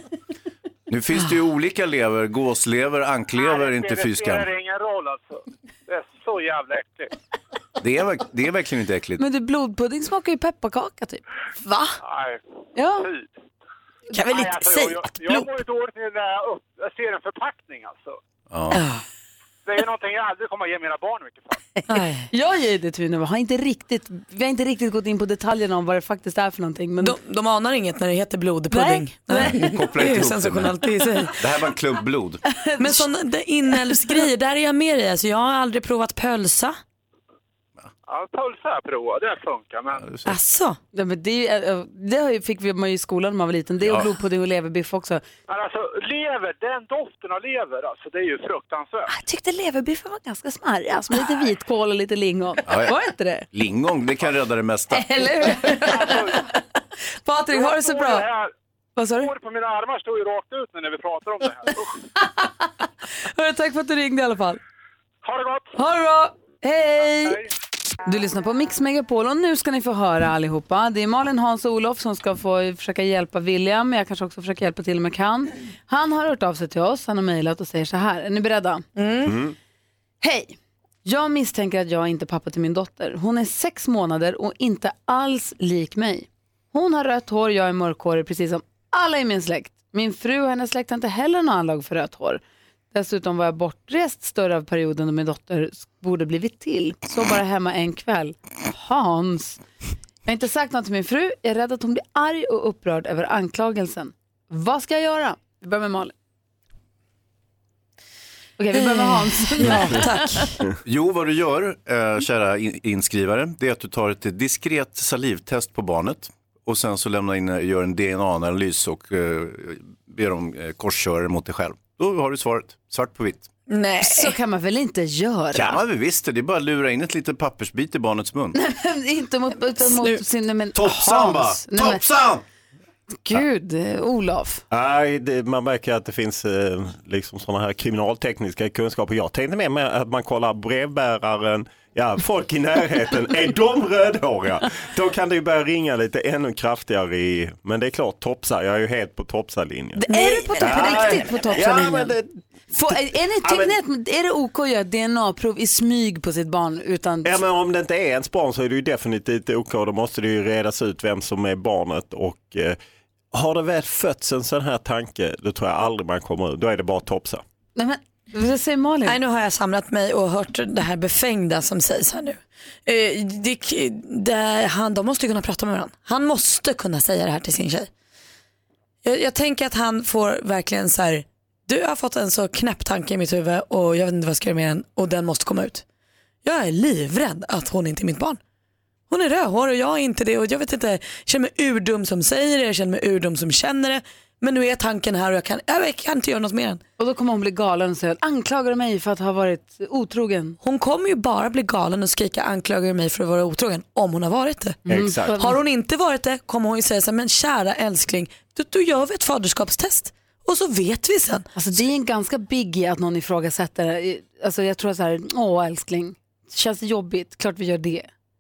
Nu finns det ju olika lever, gåslever, anklever, Nej, inte det fyskam. Det spelar ingen roll alltså. Det är så jävla äckligt. Det är, det är verkligen inte äckligt. Men du, blodpudding smakar ju pepparkaka typ. Va? Nej. Ja. Fy. Kan väl inte alltså, säga jag, att jag, blod... jag mår dåligt när jag, upp, jag ser en förpackning alltså. Ja. Det är någonting jag aldrig kommer att ge mina barn mycket för. Nej. Jag ger det till nu. Har inte riktigt, vi har inte riktigt gått in på detaljerna om vad det faktiskt är för någonting. Men... De, de anar inget när det heter blodpudding. Nej. Nej. Det är ju sensationellt i sig. Det här var en klump blod. Men sådana inälvsgrejer, där är jag med dig. Alltså, jag har aldrig provat pölsa. Ja, pölsa har jag provat, det funkar. Men... Asså? Ja, men det, det fick vi man ju i skolan när man var liten. Det är ja. Och blodpudding och leverbiff också. Men alltså, lever, den doften av lever, alltså, det är ju fruktansvärt. Jag tyckte leverbiffen var ganska smarrig. Alltså, med lite vitkål och lite lingon. Ja, ja. Var inte det? Lingon, det kan rädda det mesta. Eller hur? Patrik, har det så bra? Här, vad sa du? På mina armar står ju rakt ut när vi pratar om det här. Hörru, tack för att du ringde i alla fall. Ha det gott! Ha det bra! Hej! Hej. Du lyssnar på Mix Megapol och nu ska ni få höra allihopa. Det är Malin, Hans och Olof som ska få försöka hjälpa William, men jag kanske också försöker hjälpa till med kan. Han har hört av sig till oss, han har mejlat och säger så här. Är ni beredda? Mm. Mm. Hej! Jag misstänker att jag inte är pappa till min dotter. Hon är sex månader och inte alls lik mig. Hon har rött hår, jag är mörkhårig precis som alla i min släkt. Min fru och hennes släkt har inte heller någon anlag för rött hår. Dessutom var jag bortrest större av perioden då min dotter borde blivit till. Så bara hemma en kväll. Hans. Jag har inte sagt något till min fru. Jag är rädd att hon blir arg och upprörd över anklagelsen. Vad ska jag göra? Vi börjar med Malin. Okej, vi börjar med Hans. Ja, tack. Jo, vad du gör, äh, kära in- inskrivare, det är att du tar ett diskret salivtest på barnet. Och sen så lämnar in, gör en D N A-analys och äh, ber om äh, korskörer mot dig själv. Då har du svaret, svart på vitt. Nej. Så kan man väl inte göra? Kan man väl visst, det är bara att lura in ett litet pappersbit i barnets mun. Inte mot, utan mot sin... Men, Toppsan va? Toppsan! Gud, Olof. Nej, det, man märker att det finns eh, liksom sådana här kriminaltekniska kunskaper. Jag tänkte med, med att man kollar brevbäraren, ja, folk i närheten. Är de rödhåriga? Då kan det ju börja ringa lite ännu kraftigare i, men det är klart, topsar. Jag är ju helt på topsarlinjen. Är du på, på riktigt på topsarlinjen? Ja, det... Får, är, är, det, ja, men... är det OK att göra D N A-prov i smyg på sitt barn? Utan... Ja, men om det inte är ens barn så är det ju definitivt OK. Då måste det ju redas ut vem som är barnet. Och eh, har det väl fötts en sån här tanke, då tror jag aldrig man kommer ut. Då är det bara topsa. Nej, men vad säger Malin? Nej, nu har jag samlat mig och hört det här befängda som sägs här nu. Eh, det, det, han, de måste ju kunna prata med varandra. Han måste kunna säga det här till sin tjej. Jag, jag tänker att han får verkligen så här... Du har fått en så knäpp tanke i mitt huvud och jag vet inte vad jag ska göra med den och den måste komma ut. Jag är livrädd att hon inte är mitt barn. Hon är rödhårig och jag är inte det och jag vet inte, jag känner mig urdum som säger det, jag känner mig urdum som känner det. Men nu är tanken här och jag kan, jag kan inte göra något mer än. Och då kommer hon bli galen och säga, anklagar du mig för att ha varit otrogen? Hon kommer ju bara bli galen och skrika, anklagar du mig för att vara otrogen om hon har varit det. Mm. Exakt. Har hon inte varit det kommer hon ju säga så här, men kära älskling, då, då gör vi ett faderskapstest. Och så vet vi sen. Alltså det är en ganska biggie att någon ifrågasätter. Alltså jag tror så här, åh älskling, känns det jobbigt? Klart vi gör det.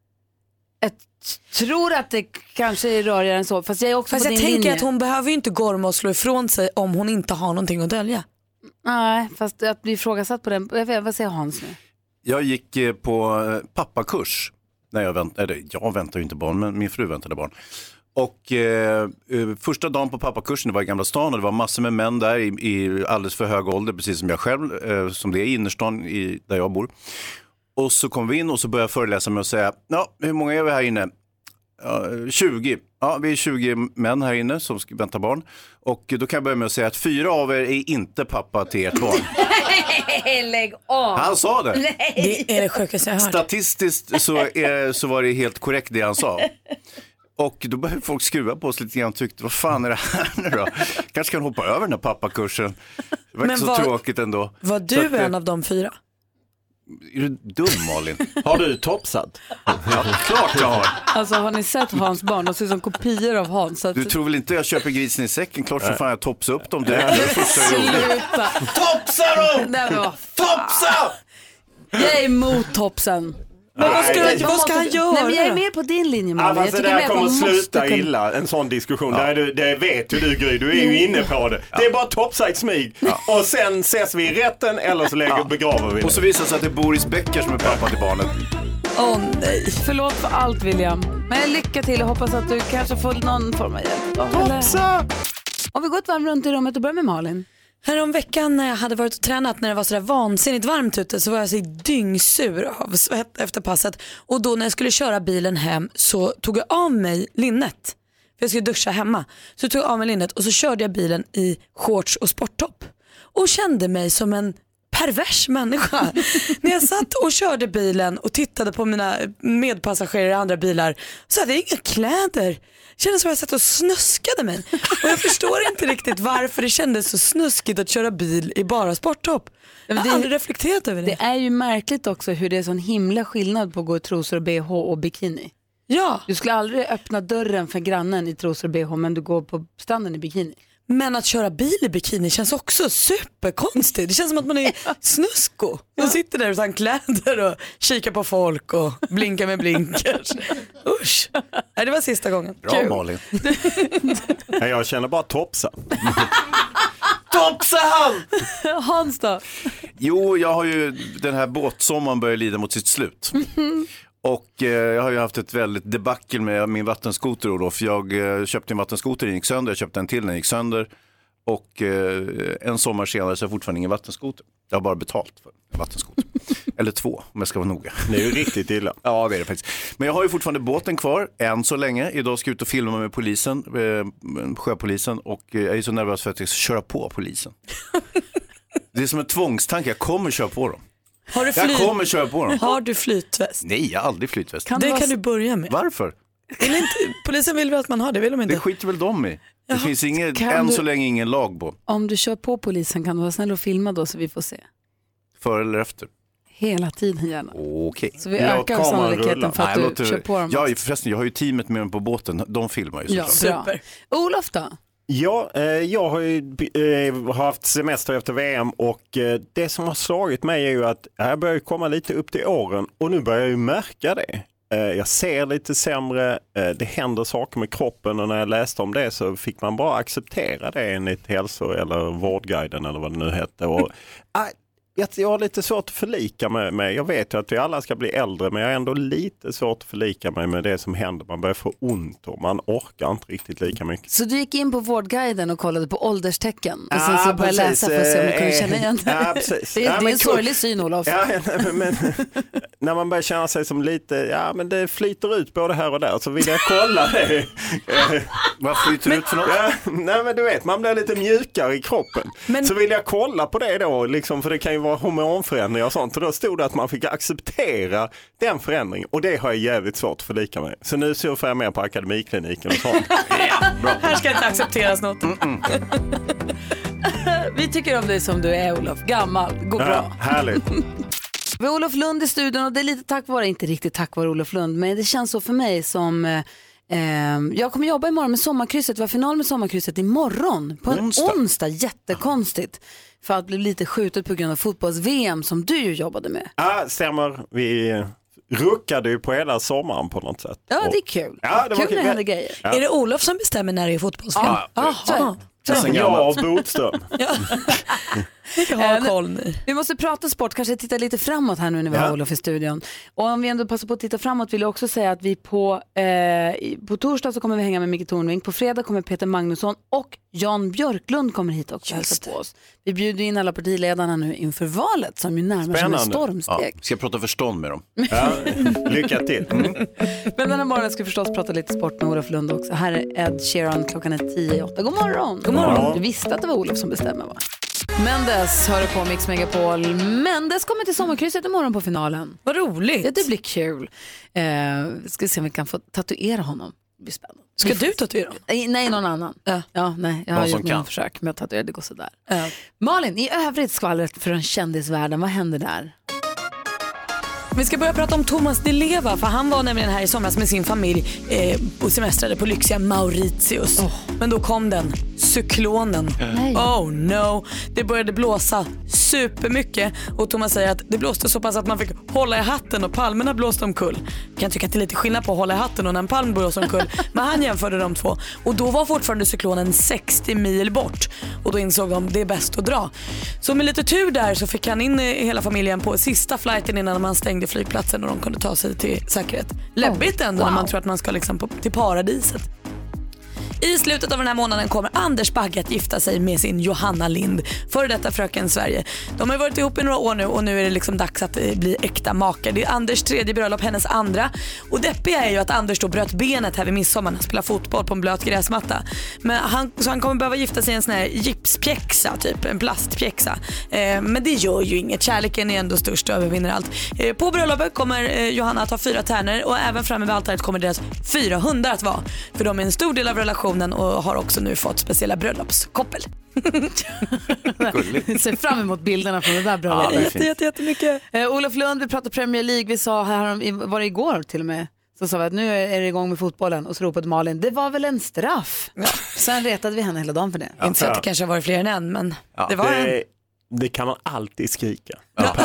Jag tror att det kanske är rörigare än så. Fast jag är också Fast på jag din tänker linje. att hon behöver ju inte gorma och slå ifrån sig om hon inte har någonting att dölja. Nej, fast att bli ifrågasatt på den. Jag vet, vad säger Hans nu? Jag gick eh, på eh, pappakurs. När jag, vänt, eller, jag väntar ju inte barn, men min fru väntade barn. Och eh, första dagen på pappakursen, det var i Gamla stan och det var massor med män där i, i alldeles för hög ålder, precis som jag själv, eh, som det är i innerstan i, där jag bor. Och så kom vi in och så började jag föreläsa med att säga, ja, hur många är vi här inne? Ja, tjugo. Ja, vi är tjugo män här inne som ska vänta barn. Och då kan jag börja med att säga att fyra av er är inte pappa till ert barn. Lägg av. Han sa det. Nej. Det är det sjukaste jag hört. Statistiskt så, är, så var det helt korrekt det han sa. Och då började folk skruva på oss lite grann och tyckte, vad fan är det här nu då? Kanske kan hoppa över den här pappakursen. Det var Men inte så var, tråkigt ändå. Var du att, en av de fyra? Är du dum Malin? Har du topsat? Ja, klart jag har. Alltså har ni sett Hans barn? De ser som kopior av Hans. Så att... Du tror väl inte jag köper grisen i säcken? Klart så fan jag topsar upp dem direkt. Det är första jag gjorde. Topsa dem! Topsa! Jag är emot topsen. Men vad ska, Nej, vad ska han göra? Nej, men jag är med på din linje, Malin. Ja, jag det där kommer att sluta illa, en sån diskussion. Ja. Där du, det vet ju du, Gry, du är ju inne på det. Ja. Det är bara topsa i smyg. Ja. Och sen ses vi i rätten eller så lägger ja. begraver vi det. Och så visar det sig att det är Boris Becker som är pappa till barnet. Åh oh, nej. Förlåt för allt, William. Men lycka till och hoppas att du kanske får någon form av hjälp. Topsa! Om vi går ett varv runt i rummet och börjar med Malin. Här om veckan när jag hade varit och tränat när det var så där vansinnigt varmt ute så var jag så dyngsur av svett efter passet. Och då när jag skulle köra bilen hem så tog jag av mig linnet. För jag skulle duscha hemma. Så tog jag av mig linnet och så körde jag bilen i shorts och sporttopp. Och kände mig som en pervers människa. När jag satt och körde bilen och tittade på mina medpassagerare i andra bilar så hade jag inga kläder. Kändes som att jag satt och snuskade mig. Och jag förstår inte riktigt varför det kändes så snuskigt att köra bil i bara sporttopp. Jag har aldrig reflekterat över det. Det är ju märkligt också hur det är sån himla skillnad på att gå i trosor och B H och bikini. Ja. Du skulle aldrig öppna dörren för grannen i trosor och B H men du går på stranden i bikini. Men att köra bil i bikini känns också superkonstigt. Det känns som att man är snusko. Man sitter där utan kläder och kikar på folk och blinkar med blinkers. Usch. Nej, det var sista gången. Bra Kul. Malin. Nej, jag känner bara topsa. Topsa han! Hans då? Jo, jag har ju den här båtsommaren börjar lida mot sitt slut. Och eh, jag har ju haft ett väldigt debacle med min vattenskoter, Olof. Jag eh, köpte en vattenskoter, den gick sönder. Jag köpte en till, den gick sönder. Och eh, en sommar senare så har jag fortfarande ingen vattenskoter. Jag har bara betalt för en vattenskoter. Eller två, om jag ska vara noga. Det är ju riktigt illa. Ja, det är det faktiskt. Men jag har ju fortfarande båten kvar, än så länge. Idag ska jag ut och filma med polisen, eh, sjöpolisen. Och eh, jag är så nervös för att jag ska köra på polisen. Det är som en tvångstanke, jag kommer köra på dem. Har du fly... Jag kommer köra på dem. Har du flytväst? Nej, jag har aldrig flytväst. Kan det vara... kan du börja med. Varför? Vill inte... Polisen vill väl att man har det, vill de inte? Det skiter väl de i. Det Jaha. finns inget, Kan än du... så länge ingen lag på. Om du kör på polisen, kan du vara snäll och filma då så vi får se? Före eller efter? Hela tiden gärna. Okej. Så vi ökar sannolikheten för att Nej, du kör på dem. Ja, förresten, jag har ju teamet med mig på båten. De filmar ju. Ja, super. Olof då? Ja, eh, jag har ju eh, haft semester efter V M och eh, det som har slagit mig är ju att jag börjar komma lite upp till åren och nu börjar jag ju märka det. Eh, jag ser lite sämre, eh, det händer saker med kroppen och när jag läste om det så fick man bara acceptera det enligt hälso- eller vårdguiden eller vad det nu hette. Och, eh, jag har lite svårt att förlika mig med. Jag vet ju att vi alla ska bli äldre, men jag har ändå lite svårt att förlika mig med det som händer. Man börjar få ont och man orkar inte riktigt lika mycket. Så du gick in på vårdguiden och kollade på ålderstecken och ja, sen så började läsa för att se om du kunde känna igen det. Ja, precis. Det är, ja, det är en sorglig syn, Olof. Ja, men, men, när man börjar känna sig som lite, ja men det flyter ut både här och där så vill jag kolla det. Vad flyter men, ut för något? Ja, nej men du vet, man blir lite mjukare i kroppen. Men, så vill jag kolla på det då, liksom, för det kan ju vara hormonförändringar och sånt. Och då stod det att man fick acceptera den förändringen. Och det har jag jävligt svårt att förlika med. Så nu surfar jag mer på akademikliniken och sånt. Ja, bra. Här ska inte accepteras något. Mm-mm. Vi tycker om dig som du är, Olof. Gammal, går ja, bra. Härligt. Vi har Olof Lund i studion och det är lite tack vare, inte riktigt tack vare Olof Lund, men det känns så för mig som... Eh, jag kommer jobba imorgon med sommarkrysset. Vi har final med sommarkrysset imorgon på en onsdag. onsdag. Jättekonstigt. För att bli lite skjutet på grund av fotbolls-V M som du ju jobbade med. Ja, stämmer. Vi ruckade ju på hela sommaren på något sätt. Ja, det är kul. Ja, det kul var kul när det händer grejer. Ja. Är det Olof som bestämmer när det är fotbolls-V M? Ja, ja. ja. Jag och Bodström. Jag har koll nu. Vi måste prata sport, kanske titta lite framåt här nu när vi ja. har Olof i studion. Och om vi ändå passar på att titta framåt vill jag också säga att vi på, eh, på torsdag så kommer vi hänga med Micke Tornving. På fredag kommer Peter Magnusson och Jan Björklund kommer hit och hälsa på oss. Vi bjuder in alla partiledarna nu inför valet som ju närmar sig med stormsteg. Ja, ska jag prata förstånd med dem? Ja, lycka till. Mm. Men den här morgonen ska vi förstås prata lite sport med Olof Lund också. Här är Ed Sheeran, klockan är tio i åtta. God morgon. God morgon. Du visste att det var Olof som bestämmer, va? Mendes hör på Mix Megapol. Mendes kommer till sommarkrysset imorgon på finalen. Vad roligt. Ja, det blir kul. Eh, ska se om vi kan få tatuera honom. Det blir spännande. Ska du tatuera honom? Nej, nej, någon annan. Ja, ja nej, jag har gjort några försök med att tatuera, det går sådär. Ja. Malin, i övrigt skvallret från kändisvärlden, vad händer där? Vi ska börja prata om Thomas Di Leva, för han var nämligen här i somras med sin familj eh, och semestrade på lyxiga Mauritius. Oh. Men då kom den, cyklonen. Nej. Oh no, det började blåsa supermycket och Thomas säger att det blåste så pass att man fick hålla i hatten och palmerna blåste omkull. Jag kan tycka att det är lite skillnad på att hålla i hatten och när en palm blåste omkull, men han jämförde de två. Och då var fortfarande cyklonen sextio mil bort och då insåg de att det är bäst att dra. Så med lite tur där så fick han in hela familjen på sista flighten innan man stängde flygplatsen och de kunde ta sig till säkerhet. Läbbigt ändå oh, wow. När man tror att man ska liksom på, till paradiset. I slutet av den här månaden kommer Anders Bagge att gifta sig med sin Johanna Lind, före detta fröken Sverige. De har varit ihop i några år nu och nu är det liksom dags att bli äkta makar. Det är Anders tredje bröllop, hennes andra. Och deppiga är ju att Anders då bröt benet här vid midsommar. Han spelar fotboll på en blöt gräsmatta. Men han, så han kommer behöva gifta sig i en sån här gipspjäxa, typ en plastpjäxa. Eh, men det gör ju inget. Kärleken är ändå störst och övervinner allt. Eh, på bröllopet kommer eh, Johanna att ha fyra tärnor och även framme vid altaret kommer deras fyra hundar att vara. För de är en stor del av relationen och har också nu fått speciella bröllopskoppel. Ser fram emot bilderna från det där bröllopet. Ja, jätte, jätte, jättemycket. Eh, Olof Lund, vi pratar Premier League. Vi sa här, var det igår till och med? Så sa vi att nu är det igång med fotbollen och så ropade Malin, det var väl en straff? Ja. Sen retade vi henne hela dagen för det. Ja, inte så att det kanske har varit fler än en, men ja, det var det, en. Det kan man alltid skrika. Ja.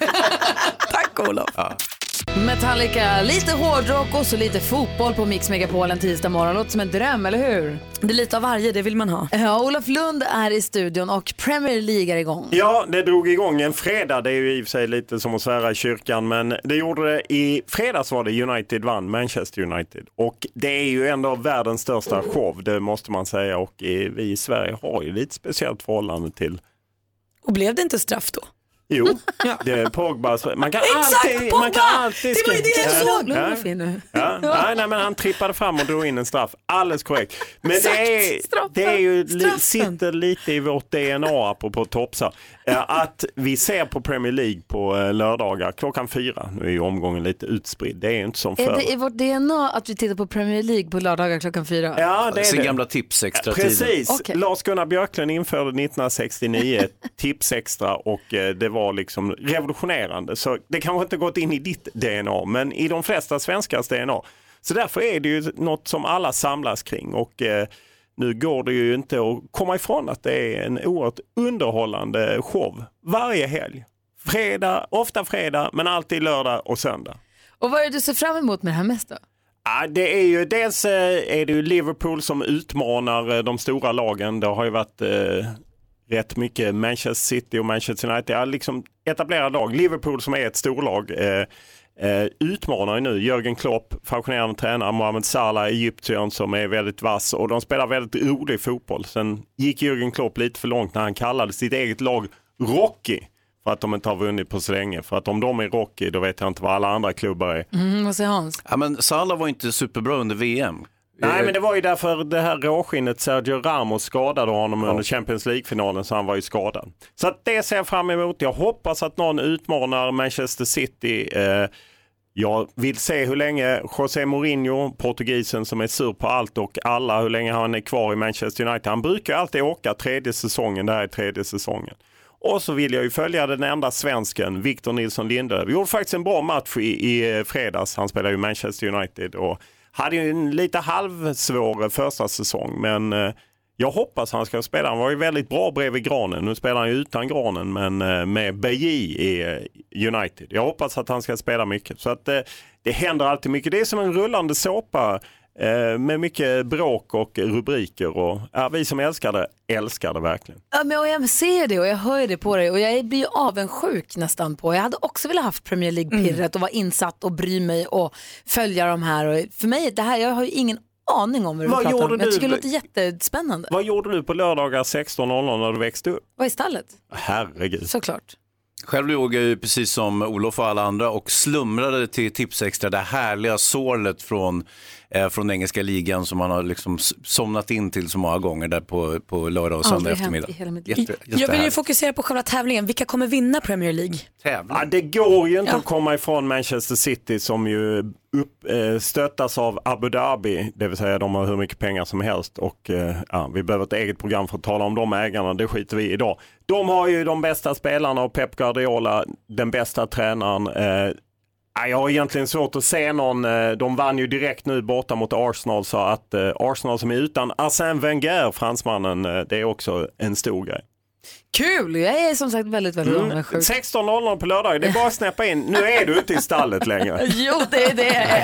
Tack Olof. Ja. Metallica, lite hårdrock och så lite fotboll på Mix Megapol en tisdag morgon. Låter som en dröm, eller hur? Det är lite av varje, det vill man ha. Ja, Olof Lund är i studion och Premier League är igång. Ja, det drog igång en fredag. Det är ju i och för sig lite som att svära i kyrkan, men det gjorde det i fredags var det United vann, Manchester United. Och det är ju ändå världens största show, det måste man säga. Och vi i Sverige har ju lite speciellt förhållande till. Och blev det inte straff då? Jo, ja. Det är Pogba. Man kan Exakt, alltid, Pogba! man kan alltid det var ju det jag såg! Ja. Ja. Ja. Nej, nej, men han trippade fram och drog in en straff. Alldeles korrekt. Men det är, det är ju li, sitter lite i vårt D N A på topsar. Att vi ser på Premier League på lördagar klockan fyra. Nu är ju omgången lite utspridd. Det är inte som förr. Är det i vårt D N A att vi tittar på Premier League på lördagar klockan fyra? Ja, det är Sin det. gamla tips extra Precis. tiden. Okay. Lars-Gunnar Björklund införde nittonhundrasextionio tips extra och det var liksom revolutionerande. Så det kanske inte gått in i ditt D N A, men i de flesta svenskars D N A. Så därför är det ju något som alla samlas kring och eh, nu går det ju inte att komma ifrån att det är en oerhört underhållande show varje helg. Fredag, ofta fredag, men alltid lördag och söndag. Och vad är det du ser fram emot med det här mest då? Ja, det är ju dels är det ju Liverpool som utmanar de stora lagen. Det har ju varit eh, rätt mycket Manchester City och Manchester United. Ja, liksom etablerade lag. Liverpool som är ett storlag eh, eh, utmanar ju nu Jürgen Klopp, fascinerande tränare, Mohamed Salah, egyptiern som är väldigt vass och de spelar väldigt rolig fotboll. Sen gick Jürgen Klopp lite för långt när han kallade sitt eget lag Rocky. För att de inte har vunnit på så länge. För att om de är Rocky, då vet jag inte vad alla andra klubbar är. Mm, vad säger Hans? Ja, men Salah var inte superbra under V M. Nej, men det var ju därför det här råskinnet Sergio Ramos skadade honom ja. under Champions League-finalen, så han var ju skadad. Så att det ser jag fram emot. Jag hoppas att någon utmanar Manchester City. Eh, jag vill se hur länge José Mourinho, portugisen som är sur på allt och alla, hur länge han är kvar i Manchester United. Han brukar alltid åka tredje säsongen, det här är tredje säsongen. Och så vill jag ju följa den enda svensken, Victor Nilsson Lindelöf. Vi gjorde faktiskt en bra match i, i fredags. Han spelar ju Manchester United och hade ju en lite halvsvår första säsong. Men eh, jag hoppas han ska spela. Han var ju väldigt bra bredvid Granen. Nu spelar han ju utan Granen, men eh, med B J i eh, United. Jag hoppas att han ska spela mycket. Så att eh, det händer alltid mycket. Det är som en rullande såpa. Med mycket bråk och rubriker och ja, vi som älskar det, älskar det verkligen. Ja, men och jag ser det och jag hör det på dig och jag blir avundsjuk nästan på. Jag hade också velat haft Premier League-pirret mm. och vara insatt och bry mig och följa de här. Och för mig, det här, jag har ju ingen aning om vad du vad pratar om. Du? Jag tycker det låter jättespännande. Vad gjorde du på lördagar sexton noll noll när du växte upp? Vad är stallet? Herregud. Såklart. Själv låg jag ju precis som Olof och alla andra och slumrade till Tips Extra, det härliga sålet från, eh, från engelska ligan som man har liksom somnat in till så många gånger där på, på lördag och söndag eftermiddag. Jätte, jag vill ju fokusera på själva tävlingen. Vilka kommer vinna Premier League? Ja, det går ju inte ja. att komma ifrån Manchester City som ju upp, eh, stöttas av Abu Dhabi, det vill säga de har hur mycket pengar som helst och eh, ja, vi behöver ett eget program för att tala om de ägarna, det skiter vi i idag. De har ju de bästa spelarna och Pep Guardiola, den bästa tränaren. Eh, jag har egentligen svårt att se någon, eh, de vann ju direkt nu borta mot Arsenal, så att eh, Arsenal som är utan Arsène Wenger, fransmannen, eh, det är också en stor grej. Kul, jag är som sagt väldigt, väldigt mm. avundsjuk. sexton noll noll på lördag, det är bara att snäppa in. Nu är du inte i stallet längre. Jo, det är det.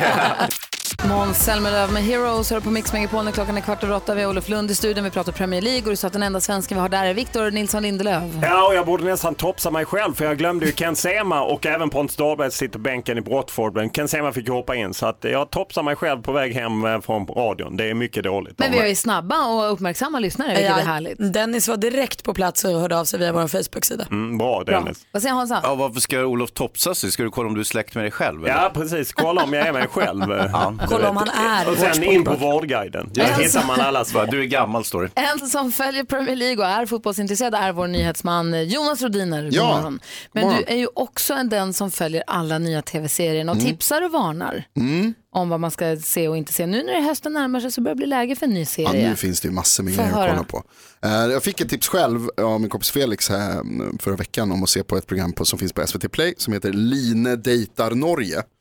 Måns Zelmerlöw med Heroes hör på Mix Megapol när klockan är kvart över åtta. Vi har Olof Lund i studion, vi pratar Premier League och du sa att den enda svensken vi har där är Victor Nilsson Lindelöf. Ja, och jag borde nästan topsa mig själv för jag glömde ju Ken Sema och även Pontus Dahlberg sitter på bänken i Brotford, men Ken Sema fick hoppa in så att jag topsar mig själv på väg hem från radion. Det är mycket dåligt. Men vi är ju snabba och uppmärksamma lyssnare, vilket ja, är härligt. Dennis var direkt på plats och hörde av sig via vår Facebook-sida. Mm, bra Dennis. Bra. Vad säger Hansa? Ja, varför ska Olof topsa sig? Ska du kolla om du är släkt med dig själv? Eller? Ja, precis. Kolla om jag är mig själv. Ja, kolla om han är. Och sen in på Vårdguiden. Där hittar man alla svar. Du är gammal, står det. En som följer Premier League och är fotbollsintresserad är vår nyhetsman Jonas Rodiner. Ja. Men du är ju också en den som följer alla nya tv-serierna och mm. tipsar och varnar mm. om vad man ska se och inte se. Nu när det hösten närmar sig så börjar det bli läge för en ny serie. Ja, nu finns det ju massor med grejer att kolla på. Jag fick ett tips själv av min kompis Felix här förra veckan om att se på ett program på, som finns på S V T Play som heter Line dejtar Norge.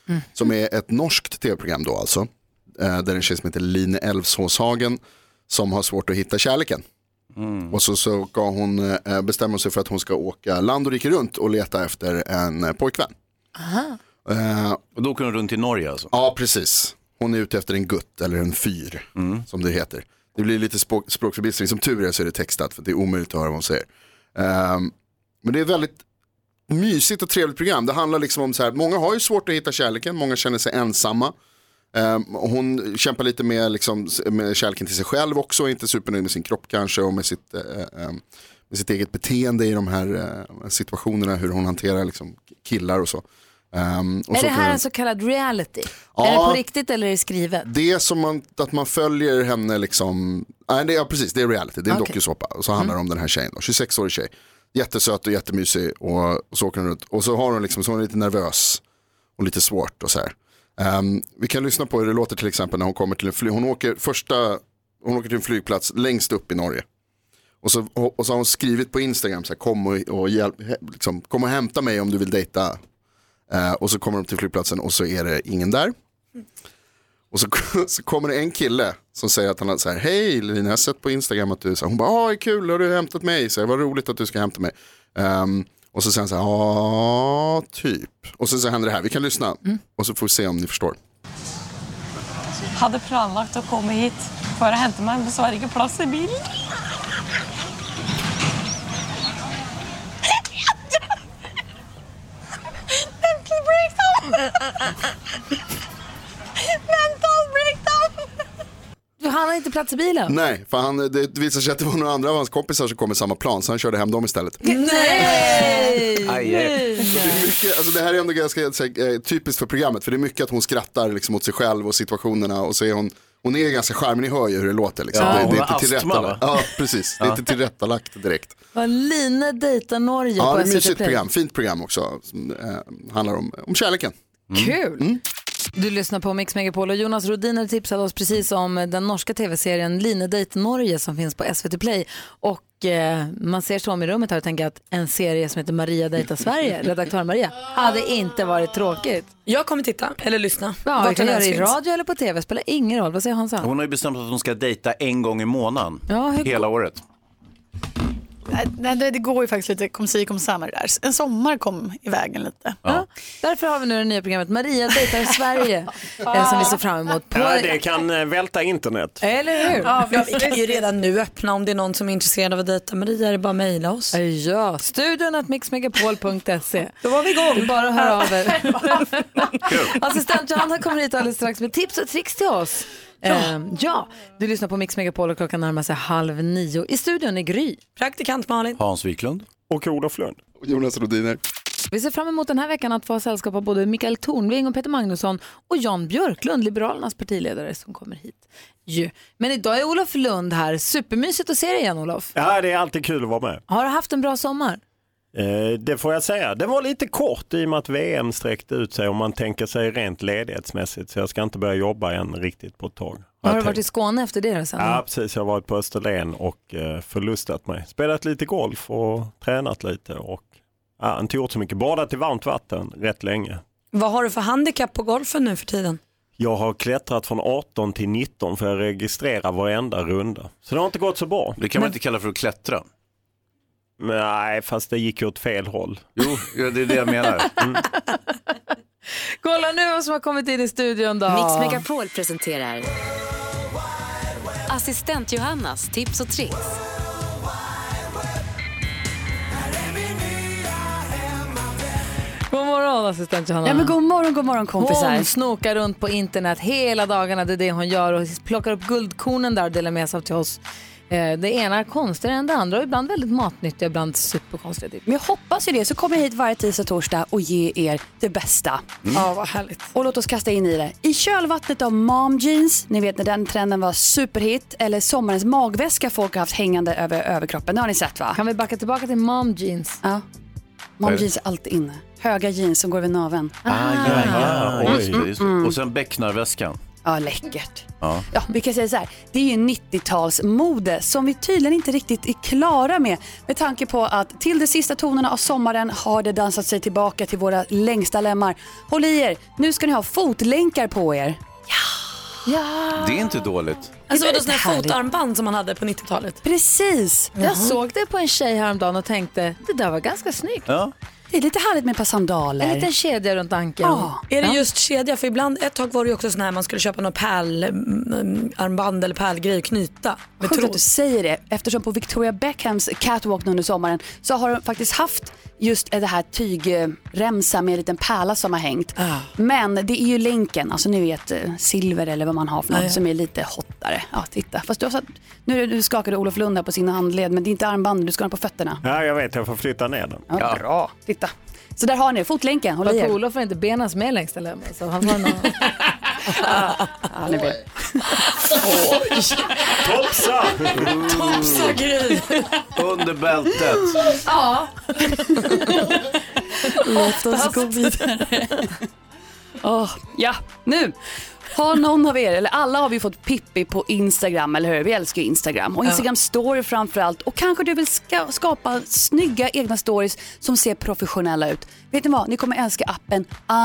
Mm. Som är ett norskt tv-program då alltså. Eh, där en tjej som heter Line Elfsåshagen som har svårt att hitta kärleken. Mm. Och så, så ska hon eh, bestämma sig för att hon ska åka land och rike runt och leta efter en eh, pojkvän. Aha. Eh, och då åker hon runt i Norge alltså? Ja, precis. Hon är ute efter en gutt eller en fyr mm. som det heter. Det blir lite språk, språkförbistring. Som tur är så är det textat för det är omöjligt att höra vad hon säger. Eh, men det är väldigt mysigt och trevligt program. Det handlar liksom om så här, många har ju svårt att hitta kärleken, många känner sig ensamma. Um, hon kämpar lite med, liksom, med kärleken till sig själv också, inte supernöjd med sin kropp kanske och med sitt, uh, um, med sitt eget beteende i de här uh, situationerna, hur hon hanterar liksom, killar och så. Um, och är så det här kan... en så kallad reality? Ja, är det på riktigt eller är det skrivet? Det är som man, att man följer henne liksom, nej det är, ja, precis, det är reality, det är en okay. dokusåpa och så handlar det mm. om den här tjejen då, tjugosex-årig tjej. Jättesöt och jättemysig och, och så åker hon runt. Och så har hon liksom, så hon är lite nervös och lite svårt och så här. Um, vi kan lyssna på hur det låter till exempel när hon kommer till en flyg. Hon åker första, hon åker till en flygplats längst upp i Norge. Och så, och så har hon skrivit på Instagram så här, kom och, och hjälp, liksom, kom och hämta mig om du vill dejta. Uh, och så kommer de till flygplatsen och så är det ingen där. Och så, så kommer det en kille som säger att han har så här, hej Lina, jag har sett på Instagram att du, så här, hon bara, ja kul, har du hämtat mig? Så här, vad roligt att du ska hämta mig. Um, och så säger han så här, ja typ. Och så, så händer det här, vi kan lyssna. Mm. Och så får vi se om ni förstår. Hade planlagt att komma hit för att hämta mig, men så var det inte plats i bilen. Mental breakdown! Mental breakdown! Han har inte plats i bilen? Nej, för han, det visar sig att det var några andra av hans kompisar som kom i samma plan, så han körde hem dem istället. Nej! Aj, aj. Så det, är mycket, alltså det här är ändå ganska säga, typiskt för programmet, för det är mycket att hon skrattar liksom åt sig själv och situationerna och så är hon, hon är ganska charmig, ni hör ju hur det låter liksom. Ja, det, det är inte tillrättalagt. Ja, precis. Det är inte tillrättalagt direkt. Vad Line dejtar Norge ja, på det är S V T mysigt Play. program, fint program också som eh, handlar om, om kärleken. Mm. Kul! Mm. Du lyssnar på Mix Megapol och Jonas Rodiner tipsade oss precis om den norska tv-serien Line dejtar Norge som finns på S V T Play. Och eh, man ser så om i rummet här och tänker att en serie som heter Maria dejtar Sverige, redaktör Maria, hade inte varit tråkigt. Jag kommer titta eller lyssna. Ja, vi kan göra det i radio eller på tv, spelar ingen roll. Vad säger Hansa? Hon har ju bestämt att hon ska dejta en gång i månaden, ja, hur... hela året. Nej, det, det går ju faktiskt lite kom si kom samma där. En sommar kom i vägen lite. Ja. Ja, därför har vi nu det nya programmet Maria dejtar Sverige som vi ser fram emot. På... Ja, det kan välta internet. Eller hur? Ja, ja, vi kan ju redan nu öppna om det är någon som är intresserad av att dejta Maria, är det bara mejla oss. Ja, studion at mixmegapol punkt se. Då var vi igång. Bara hör av er. Assistent Johanna kommer hit alldeles strax med tips och tricks till oss. Ja. Uh, ja, du lyssnar på Mix Megapol och klockan närmar sig halv nio. I studion är Gry. Praktikant Malin. Hans Wiklund. Och Olof Lund. Och Jonas Rodiner. Vi ser fram emot den här veckan att få sällskap av både Mikael Tornving och Peter Magnusson och Jan Björklund, Liberalernas partiledare som kommer hit. Ja. Men idag är Olof Lund här. Supermysigt att se dig igen, Olof. Ja, det är alltid kul att vara med. Har du haft en bra sommar? Eh, det får jag säga. Det var lite kort i och med att V M sträckte ut sig om man tänker sig rent ledighetsmässigt. Så jag ska inte börja jobba än riktigt på ett tag. Har du varit i Skåne efter det sen? Ja, precis. Jag har varit på Österlen och eh, förlustat mig. Spelat lite golf och tränat lite och ja, inte gjort så mycket. Badat i varmt vatten rätt länge. Vad har du för handikapp på golfen nu för tiden? Jag har klättrat från arton till nitton för att registrera varenda runda. Så det har inte gått så bra. Det kan man Men... inte kalla för att klättra. Nej, fast det gick ju åt fel håll. Jo, det är det jag menar. Mm. Kolla nu vad som har kommit in i studion då. Mix Megapol presenterar Assistent Johannas tips och tricks. God morgon, assistent Johanna. Ja, men god morgon, god morgon kompisar. Hon snokar runt på internet hela dagarna, det är det hon gör och plockar upp guldkornen där och delar med sig till oss. Det ena är konstigare än det andra och ibland väldigt matnyttiga, ibland superkonstiga. Men jag hoppas ju det, så kommer jag hit varje tisdag och torsdag och ge er det bästa. Mm. Ja, vad härligt. Och låt oss kasta in i det. I kölvattnet av mom jeans, ni vet när den trenden var superhit, eller sommarens magväska folk har haft hängande över överkroppen, det har ni sett va? Kan vi backa tillbaka till mom jeans? Ja. Mom jeans är alltid inne. Höga jeans som går över naveln. Ah, ja, ja. Oj, mm, mm. Och sen becknarväskan. Ja, läckert. Ja. Ja, vi kan säga så här. Det är ju nittiotalsmode som vi tydligen inte riktigt är klara med. Med tanke på att till de sista tonerna av sommaren har det dansat sig tillbaka till våra längsta lemmar. Håll i er, nu ska ni ha fotlänkar på er. Ja. Ja. Det är inte dåligt. Alltså var det sådana här fotarmband som man hade på nittiotalet? Precis. Jag mm. såg det på en tjej häromdagen och tänkte, det där var ganska snyggt. Ja. Det är lite härligt med ett par sandaler. En liten kedja runt ankeln. Ja. Är det just kedja? För ibland, ett tag var det ju också sån här man skulle köpa någon pärlarmband eller pärlgrej och knyta. Sjukt att du säger det, eftersom på Victoria Beckhams catwalk under sommaren så har de faktiskt haft just det här tygremsa med en liten pärla som har hängt. Ah. Men det är ju länken, alltså ni vet silver eller vad man har för något ah, ja. som är lite hottare. Ja, titta. Fast du har satt, nu du skakade Olof Lund här på sin handled, men det är inte armband, du ska ha på fötterna. Ja, jag vet, jag får flytta ner den. Ja, ja. Bra, titta. Så där har ni fotlänken, håll i er. Olof har inte benas med längst eller så han får någon... ja, ni vet. Topsa! Topsa grej. Under bältet. Ja. Låt oss gå vidare. Oh, ja, nu. Har någon av er, eller alla har vi fått Pippi på Instagram, eller hur? Vi älskar ju Instagram. Och Instagram story framförallt. Och kanske du vill ska- skapa snygga egna stories som ser professionella ut. Vet ni vad? Ni kommer älska appen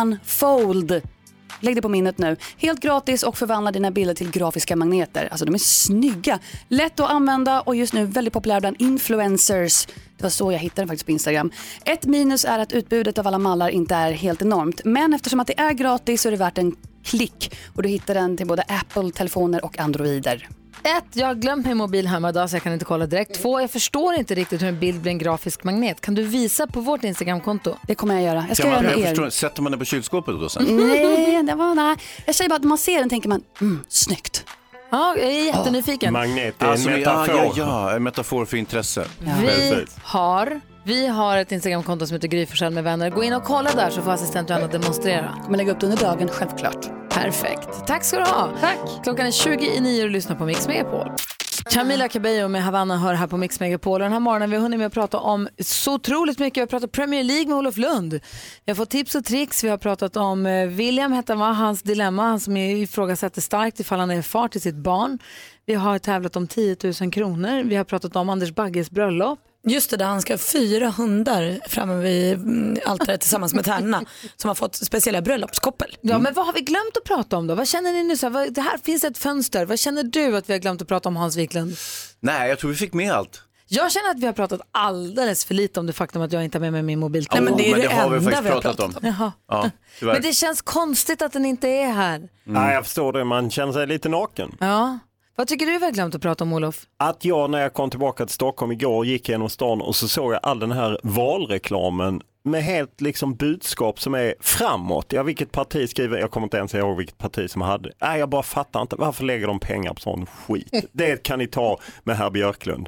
Unfold. Lägg det på minnet nu. Helt gratis och förvandla dina bilder till grafiska magneter. Alltså de är snygga. Lätt att använda och just nu väldigt populär bland influencers. Det var så jag hittade den faktiskt på Instagram. Ett minus är att utbudet av alla mallar inte är helt enormt. Men eftersom att det är gratis så är det värt en klick. Och du hittar den till både Apple-telefoner och Androider. Ett, jag har glömt min mobil hemma idag så jag kan inte kolla direkt. Två, jag förstår inte riktigt hur en bild blir en grafisk magnet. Kan du visa på vårt Instagram-konto? Det kommer jag göra. Jag ska man, göra det jag er. förstår, sätter man det på kylskåpet då sen? Nej, det var nej. Jag säger bara att när man ser den tänker man, mm, snyggt. Ja, jag är jättenyfiken. Oh. Magnet är en alltså, metafor. Ja, ja, ja, en metafor för intresse. Ja. Vi har... Vi har ett Instagram-konto som heter Gry Forssell med vänner. Gå in och kolla där så får assistent Johanna demonstrera. Kommer lägga upp det under dagen, självklart. Perfekt. Tack ska du ha. Tack. Klockan är tjugo i nio och lyssnar på Mix Megapol. Camila Cabello med Havana hör här på Mix Megapol. Och den här morgonen vi har hunnit med att prata om så otroligt mycket. Vi har pratat Premier League med Olof Lund. Vi har fått tips och tricks. Vi har pratat om William, heter han, hans dilemma. Han som ifrågasätter starkt ifall han är far till sitt barn. Vi har tävlat om tio tusen kronor. Vi har pratat om Anders Bagges bröllop. Just det, där han ska ha fyra hundar framme vid altaret tillsammans med tärnorna som har fått speciella bröllopskoppel. Ja, men vad har vi glömt att prata om då? Vad känner ni nu? Så här, det här finns ett fönster. Vad känner du att vi har glömt att prata om Hans Wiklund? Nej, jag tror vi fick med allt. Jag känner att vi har pratat alldeles för lite om det faktum att jag inte har med mig min mobiltelefon. Nej, men det är men det, det har vi faktiskt vi har pratat, pratat om. om. Jaha. Ja, men det känns konstigt att den inte är här. Mm. Nej, jag förstår det. Man känner sig lite naken. Ja. Vad tycker du vi har glömt att prata om, Olof? Att jag när jag kom tillbaka till Stockholm igår gick genom stan och så såg jag all den här valreklamen med helt liksom budskap som är framåt. Ja, vilket parti skriver, jag kommer inte ens ihåg vilket parti som hade. Nej, jag bara fattar inte. Varför lägger de pengar på sån skit? Det kan ni ta med herr Björklund.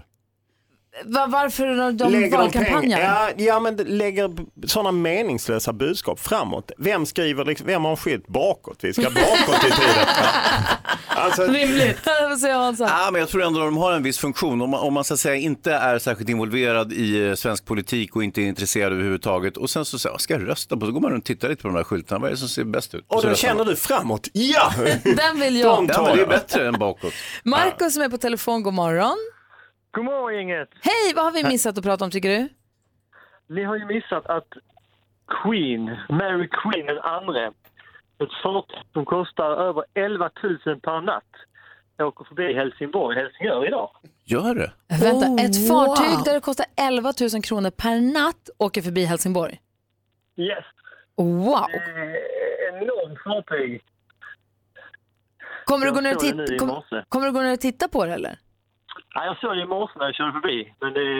Var, varför de valkampanjer? Ja, ja, men lägger sådana meningslösa budskap framåt. Vem skriver, liksom, vem har skilt bakåt? Vi ska bakåt i tiden. Alltså, rimligt. Ja, men jag tror ändå att de har en viss funktion. Om man, om man så att säga inte är särskilt involverad i svensk politik och inte är intresserad överhuvudtaget. Och sen så säger jag, ska jag rösta på? Så går man runt och tittar lite på de där skyltarna. Vad är det som ser bäst ut? Och, och då känner man. Du framåt. Ja! Den vill jag. De ja, men det är bättre än bakåt. Marcus som är på telefon, god morgon. God morgon, gänget. Hej, vad har vi missat att prata om tycker du? Ni har ju missat att Queen, Mary Queen den andra, ett fartyg som kostar över elva tusen per natt, åker förbi Helsingborg, Helsingör idag. Gör det? Vänta, oh, ett fartyg wow. där det kostar elva tusen kronor per natt åker förbi Helsingborg? Yes. Wow. Det är enormt fartyg. Kommer du, gå ner och titta, kom, kommer du gå ner och titta på det eller? Ja, jag såg det i morse när jag körde förbi. Men det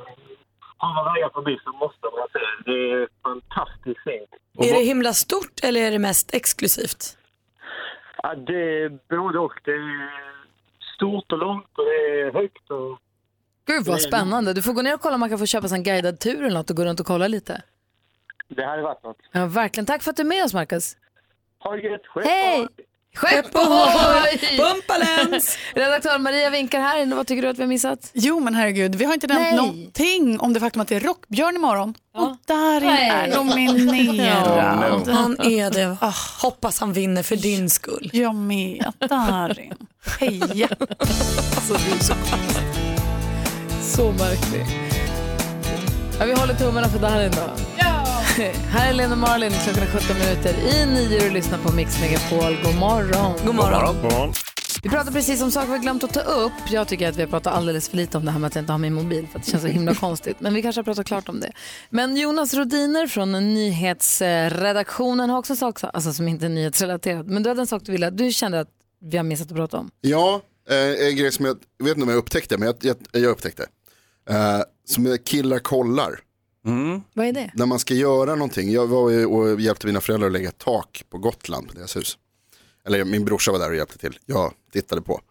har man vägar förbi så måste man se det. Det är fantastiskt fint. Är det himla stort eller är det mest exklusivt? Ja, det är både och. Det är stort och långt och det är högt. Och... Gud vad spännande. Du får gå ner och kolla om man kan få köpa en guidad tur eller något och gå runt och kolla lite. Det hade varit något. Ja, verkligen. Tack för att du är med oss, Marcus. Ha det gött. Hej! Skepp ohoj! Pumpalens! Redaktör Maria vinkar här. Vad tycker du att vi har missat? Jo men herregud, vi har inte nämnt Nej. någonting om det faktum att det är Rockbjörn imorgon. Ja. Och Darin Nej. är nominerad. Ja, han är det. Oh, hoppas han vinner för din skull. Jag med, Darin. Heja. Alltså du är så Så märklig. Ja, vi håller tummarna för Darin då. Ja! Här är Lena Marlin, klockan är sjutton minuter i nio och lyssnar på Mix Megapol. God morgon. God morgon. God morgon. Vi pratar precis om saker vi har glömt att ta upp. Jag tycker att vi har pratat alldeles för lite om det här med att jag inte har min mobil för att det känns så himla konstigt. Men vi kanske har pratat klart om det. Men Jonas Rodiner från nyhetsredaktionen har också en sak alltså, som inte är nyhetsrelaterad. Men du hade en sak du ville, du kände att vi har missat att prata om. Ja, eh, en grej som jag, jag vet inte om jag upptäckte, men jag, jag, jag upptäckte. Eh, som är killar kollar. Mm. Vad är det? När man ska göra någonting. Jag var och hjälpte mina föräldrar att lägga ett tak på Gotland på deras hus. Eller min brorsa var där och hjälpte till. Jag tittade på.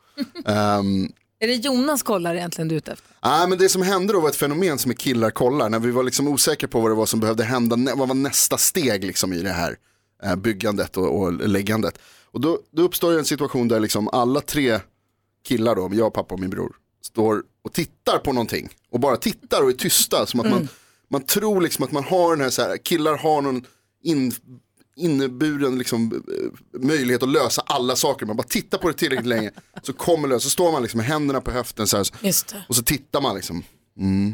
um, är det Jonas kollar egentligen du ute efter? Nej, men det som hände då var ett fenomen som är killar kollar. När vi var liksom osäkra på vad det var som behövde hända. Vad var nästa steg liksom i det här uh, byggandet och, och läggandet. Och då, då uppstår en situation där liksom alla tre killar då, jag, pappa och min bror, står och tittar på någonting. Och bara tittar och är tysta. Som att mm. man, man tror liksom att man har den här, så här killar har någon in, inneburen liksom, möjlighet att lösa alla saker. Man bara tittar på det tillräckligt länge så kommer det, så står man liksom med händerna på höften så här, Just det. och så tittar man liksom. Mm.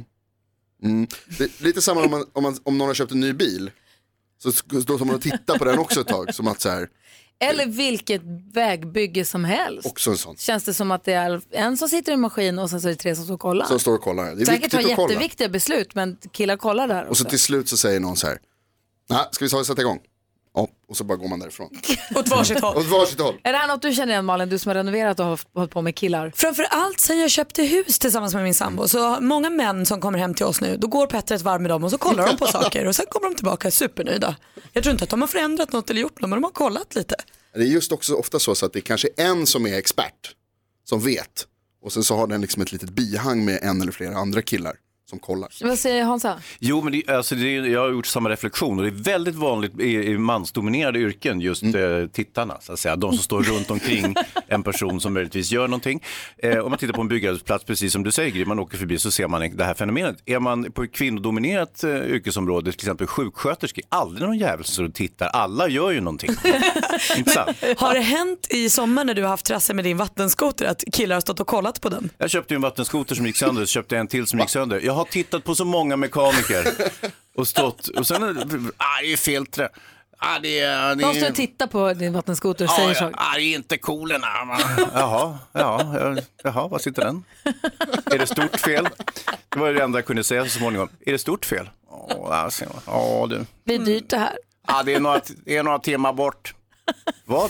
Mm. Det är lite samma om, man, om, man, om någon har köpt en ny bil så står man och tittar på den också ett tag som att så här. Eller vilket vägbygge som helst. Också en sån. Känns det som att det är en som sitter i en maskin och sen så är det tre som står och kollar. Som står och kollar. Det är säkert har att kolla. jätteviktiga beslut, men killar kollar där också. Och så till slut så säger någon så här: nej, ska vi sätta igång? Ja, och så bara går man därifrån. Åt varsitt håll. Åt varsitt håll. Är det här något du känner igen, Malin, du som har renoverat och har hållit på med killar? Framförallt sen jag köpte hus tillsammans med min sambo. Så många män som kommer hem till oss nu, då går Petter ett varv med dem och så kollar de på saker. Och sen kommer de tillbaka supernöjda. Jag tror inte att de har förändrat något eller gjort något, men de har kollat lite. Det är just också ofta så att det är kanske en som är expert, som vet. Och sen så har den liksom ett litet bihang med en eller flera andra killar som kollar. Vad säger Hansa? Jo, men det, alltså det, jag har gjort samma reflektion och det är väldigt vanligt i, i mansdominerade yrken just mm. eh, tittarna, så att säga. De som står runt omkring en person som möjligtvis gör någonting. Eh, om man tittar på en byggarbetsplats, precis som du säger, man åker förbi så ser man det här fenomenet. Är man på ett kvinnodominerat eh, yrkesområde, till exempel sjuksköterskor, aldrig någon jävel som tittar. Alla gör ju någonting. Inte sant? Har det hänt i sommar när du har haft trassel med din vattenskoter att killar har stått och kollat på den? Jag köpte ju en vattenskoter som gick sönder, så köpte en till som gick sönder. Jag har tittat på så många mekaniker och stått och sen, ah, det är filtre. Ah, det är, det är... De står och tittar på din vattenskoter och ah, säger ja, saker. ah, det är inte coolerna. Jaha, ja, jaha, vad sitter den? Är det stort fel? Det var det enda jag kunde säga så småningom. Är det stort fel? Ja, alltså, oh, det... det är dyrt det här. Ah, det, är några, det är några timmar bort. Vad?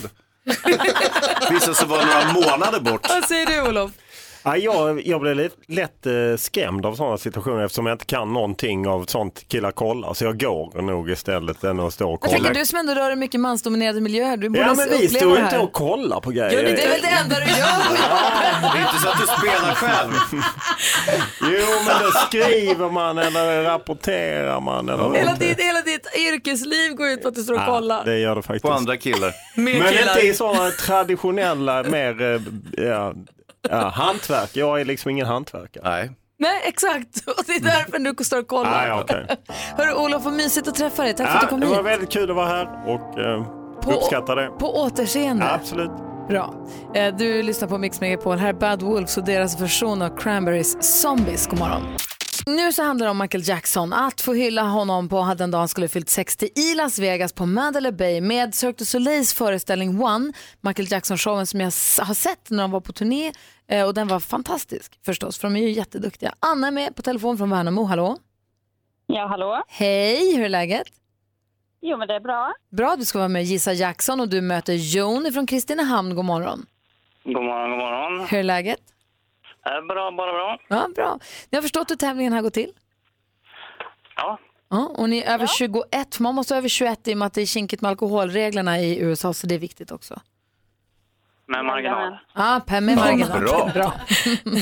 Visar sig vara några månader bort. Vad säger du, Olof? Ja, jag, jag blir lätt, lätt eh, skrämd av sådana situationer eftersom jag inte kan någonting av sånt killar kollar. Så jag går nog istället än att stå och kolla. Jag tänker du som ändå rör dig mycket mansdominerade miljöer. Du borde ja, men vi står ju inte och kollar på grejer. Jo, det är väl det enda du gör. Ja, det är inte så att du spelar själv. Jo, men då skriver man eller rapporterar man. Eller hela, ditt, hela ditt yrkesliv går ut på att du står och ja, kollar. Det gör det faktiskt. På andra killar. Men killar. Inte i sådana traditionella, mer... Ja, Ja, hantverk. Jag är liksom ingen hantverkare. Nej. Nej, exakt. Och det är därför du står och kollar. Ah, ja, okay. Hörru, Olof, vad mysigt att träffa dig. Tack ja, för att du kom hit. Det var väldigt kul att vara här och eh, på, uppskattar det. På återseende. Ja, absolut. Bra. Eh, du lyssnar på Mix Megapol. Här är Bad Wolves och deras version av Cranberries Zombies. God morgon. Nu så handlar det om Michael Jackson. Att få hylla honom på den dag han skulle fyllt sextio i Las Vegas på Mandalay Bay med Cirque du Soleils föreställning One. Michael Jackson-showen som jag har sett när de var på turné. Och den var fantastisk förstås, för de är ju jätteduktiga. Anna är med på telefon från Värnamo. Hallå? Ja, hallå. Hej, hur är läget? Jo, men det är bra. Bra, du ska vara med Gissa Jackson och du möter Jon från Kristinehamn. God morgon. God morgon, god morgon. Hur är läget? Äh, bra, bara bra. Ja, bra. Ni har förstått hur tävlingen här går till? Ja. Ja, och ni är över ja. tjugoett. Man måste vara över tjugoett i och med att det är kinkigt med alkoholreglerna i U S A, så det är viktigt också. Med marginal. Ja, ah, med marginal. Bra. Bra.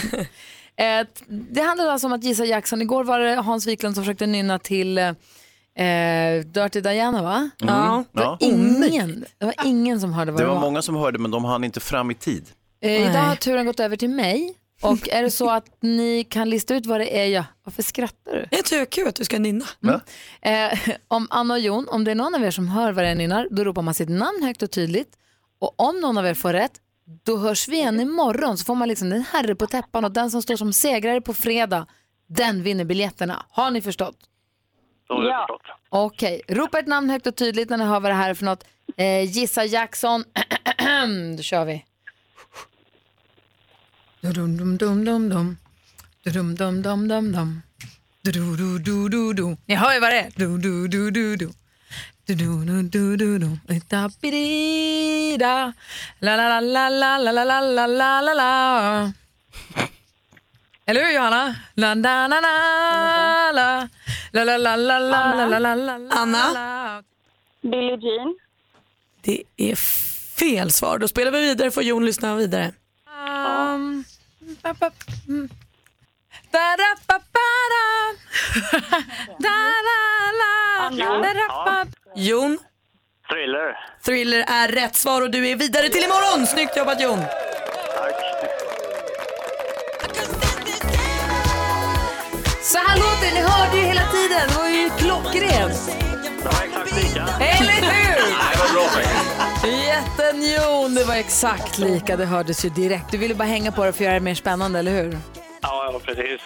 Det handlar alltså om att Gissa Jackson. Igår var det Hans Wiklund som försökte nynna till Eh, Dirty Diana, va? Mm. Ja. Det var, Ja. ingen, det var ingen som hörde vad Det det var var. många som hörde, men de hann inte fram i tid. Eh, idag har turen gått över till mig. Och är det så att ni kan lista ut vad det är jag... Varför skrattar du? Jag tycker det är kul att du ska nynna. Mm. Eh, om Anna och Jon, om det är någon av er som hör vad det är nynnar, då ropar man sitt namn högt och tydligt. Och om någon av er får rätt, då hörs vi igen imorgon. Så får man liksom en herre på täppan och den som står som segrare på fredag, den vinner biljetterna. Har ni förstått? Ja. Okej, ropa ett namn högt och tydligt när ni hör vad det här är för något. Eh, gissa Jackson. Då kör vi. Dum dum dum dum dum. Dum dum dum dum dum. Du du du du du. Ni hör ju vad det är. Du du du du du. Du du du du du du. Da bidida. La la la la la la la la la la la. Eller hur, Johanna? La la la la la. La la la la la la la la la. Anna? Billie Jean. Det är fel svar. Då spelar vi vidare, får Jon lyssna vidare. Um, pa, pa, mm. Da, da, pa, pa, da. Da, la, la. Da, da, pa. Jon? Thriller. Thriller är rätt svar och du är vidare till imorgon. Snyggt jobbat, Jon. Tack. Så här låter det, ni hörde ju hela tiden. Det var ju klockrent. Det var exakt lika. Eller hur? Det var bra faktiskt. Jätten Jon, det var exakt lika. Det hördes ju direkt. Du ville bara hänga på det för att göra det mer spännande, eller hur? Ja, ja precis.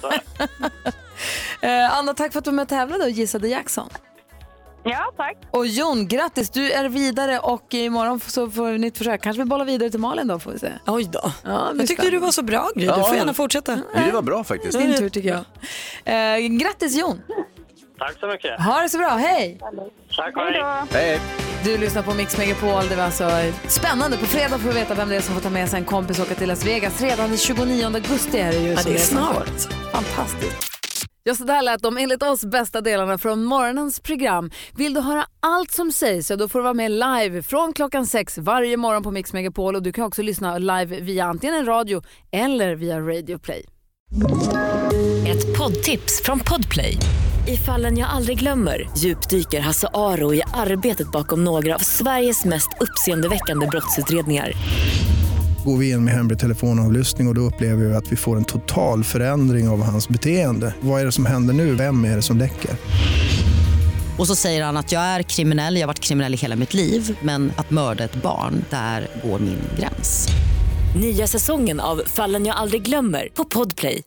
eh, Anna, tack för att du var med och tävlade och gissade Jackson. Ja, tack. Och Jon, grattis. Du är vidare och imorgon så får vi nytt försök. Kanske vi bollar vidare till Malin då, får vi se. Oj då. Ja, jag tyckte du var så bra, Gry. Du Ja, får gärna fortsätta. Det var bra faktiskt. Din tur tycker jag. Eh, grattis Jon. Tack så mycket. Ha det så bra, hej. Tack, hej. Hej. Du lyssnar på Mix Megapol. Det var alltså spännande. På fredag får vi veta vem det är som får ta med sig en kompis och åka till Las Vegas. Redan den tjugonionde augusti är det ju. Ja, så det är som snart. går. Fantastiskt. Ja, så där lät de enligt oss bästa delarna från morgonens program. Vill du höra allt som sägs så då får du vara med live från klockan sex varje morgon på Mix Megapol. Och du kan också lyssna live via antingen en radio eller via Radio Play. Ett poddtips från Podplay. I Fallen jag aldrig glömmer djupdyker Hasse Aro i arbetet bakom några av Sveriges mest uppseendeväckande brottsutredningar. Går vi in med hemlig telefonavlyssning och, och då upplever vi att vi får en total förändring av hans beteende. Vad är det som händer nu? Vem är det som läcker? Och så säger han att jag är kriminell, jag har varit kriminell i hela mitt liv. Men att mörda ett barn, där går min gräns. Nya säsongen av Fallen jag aldrig glömmer på Podplay.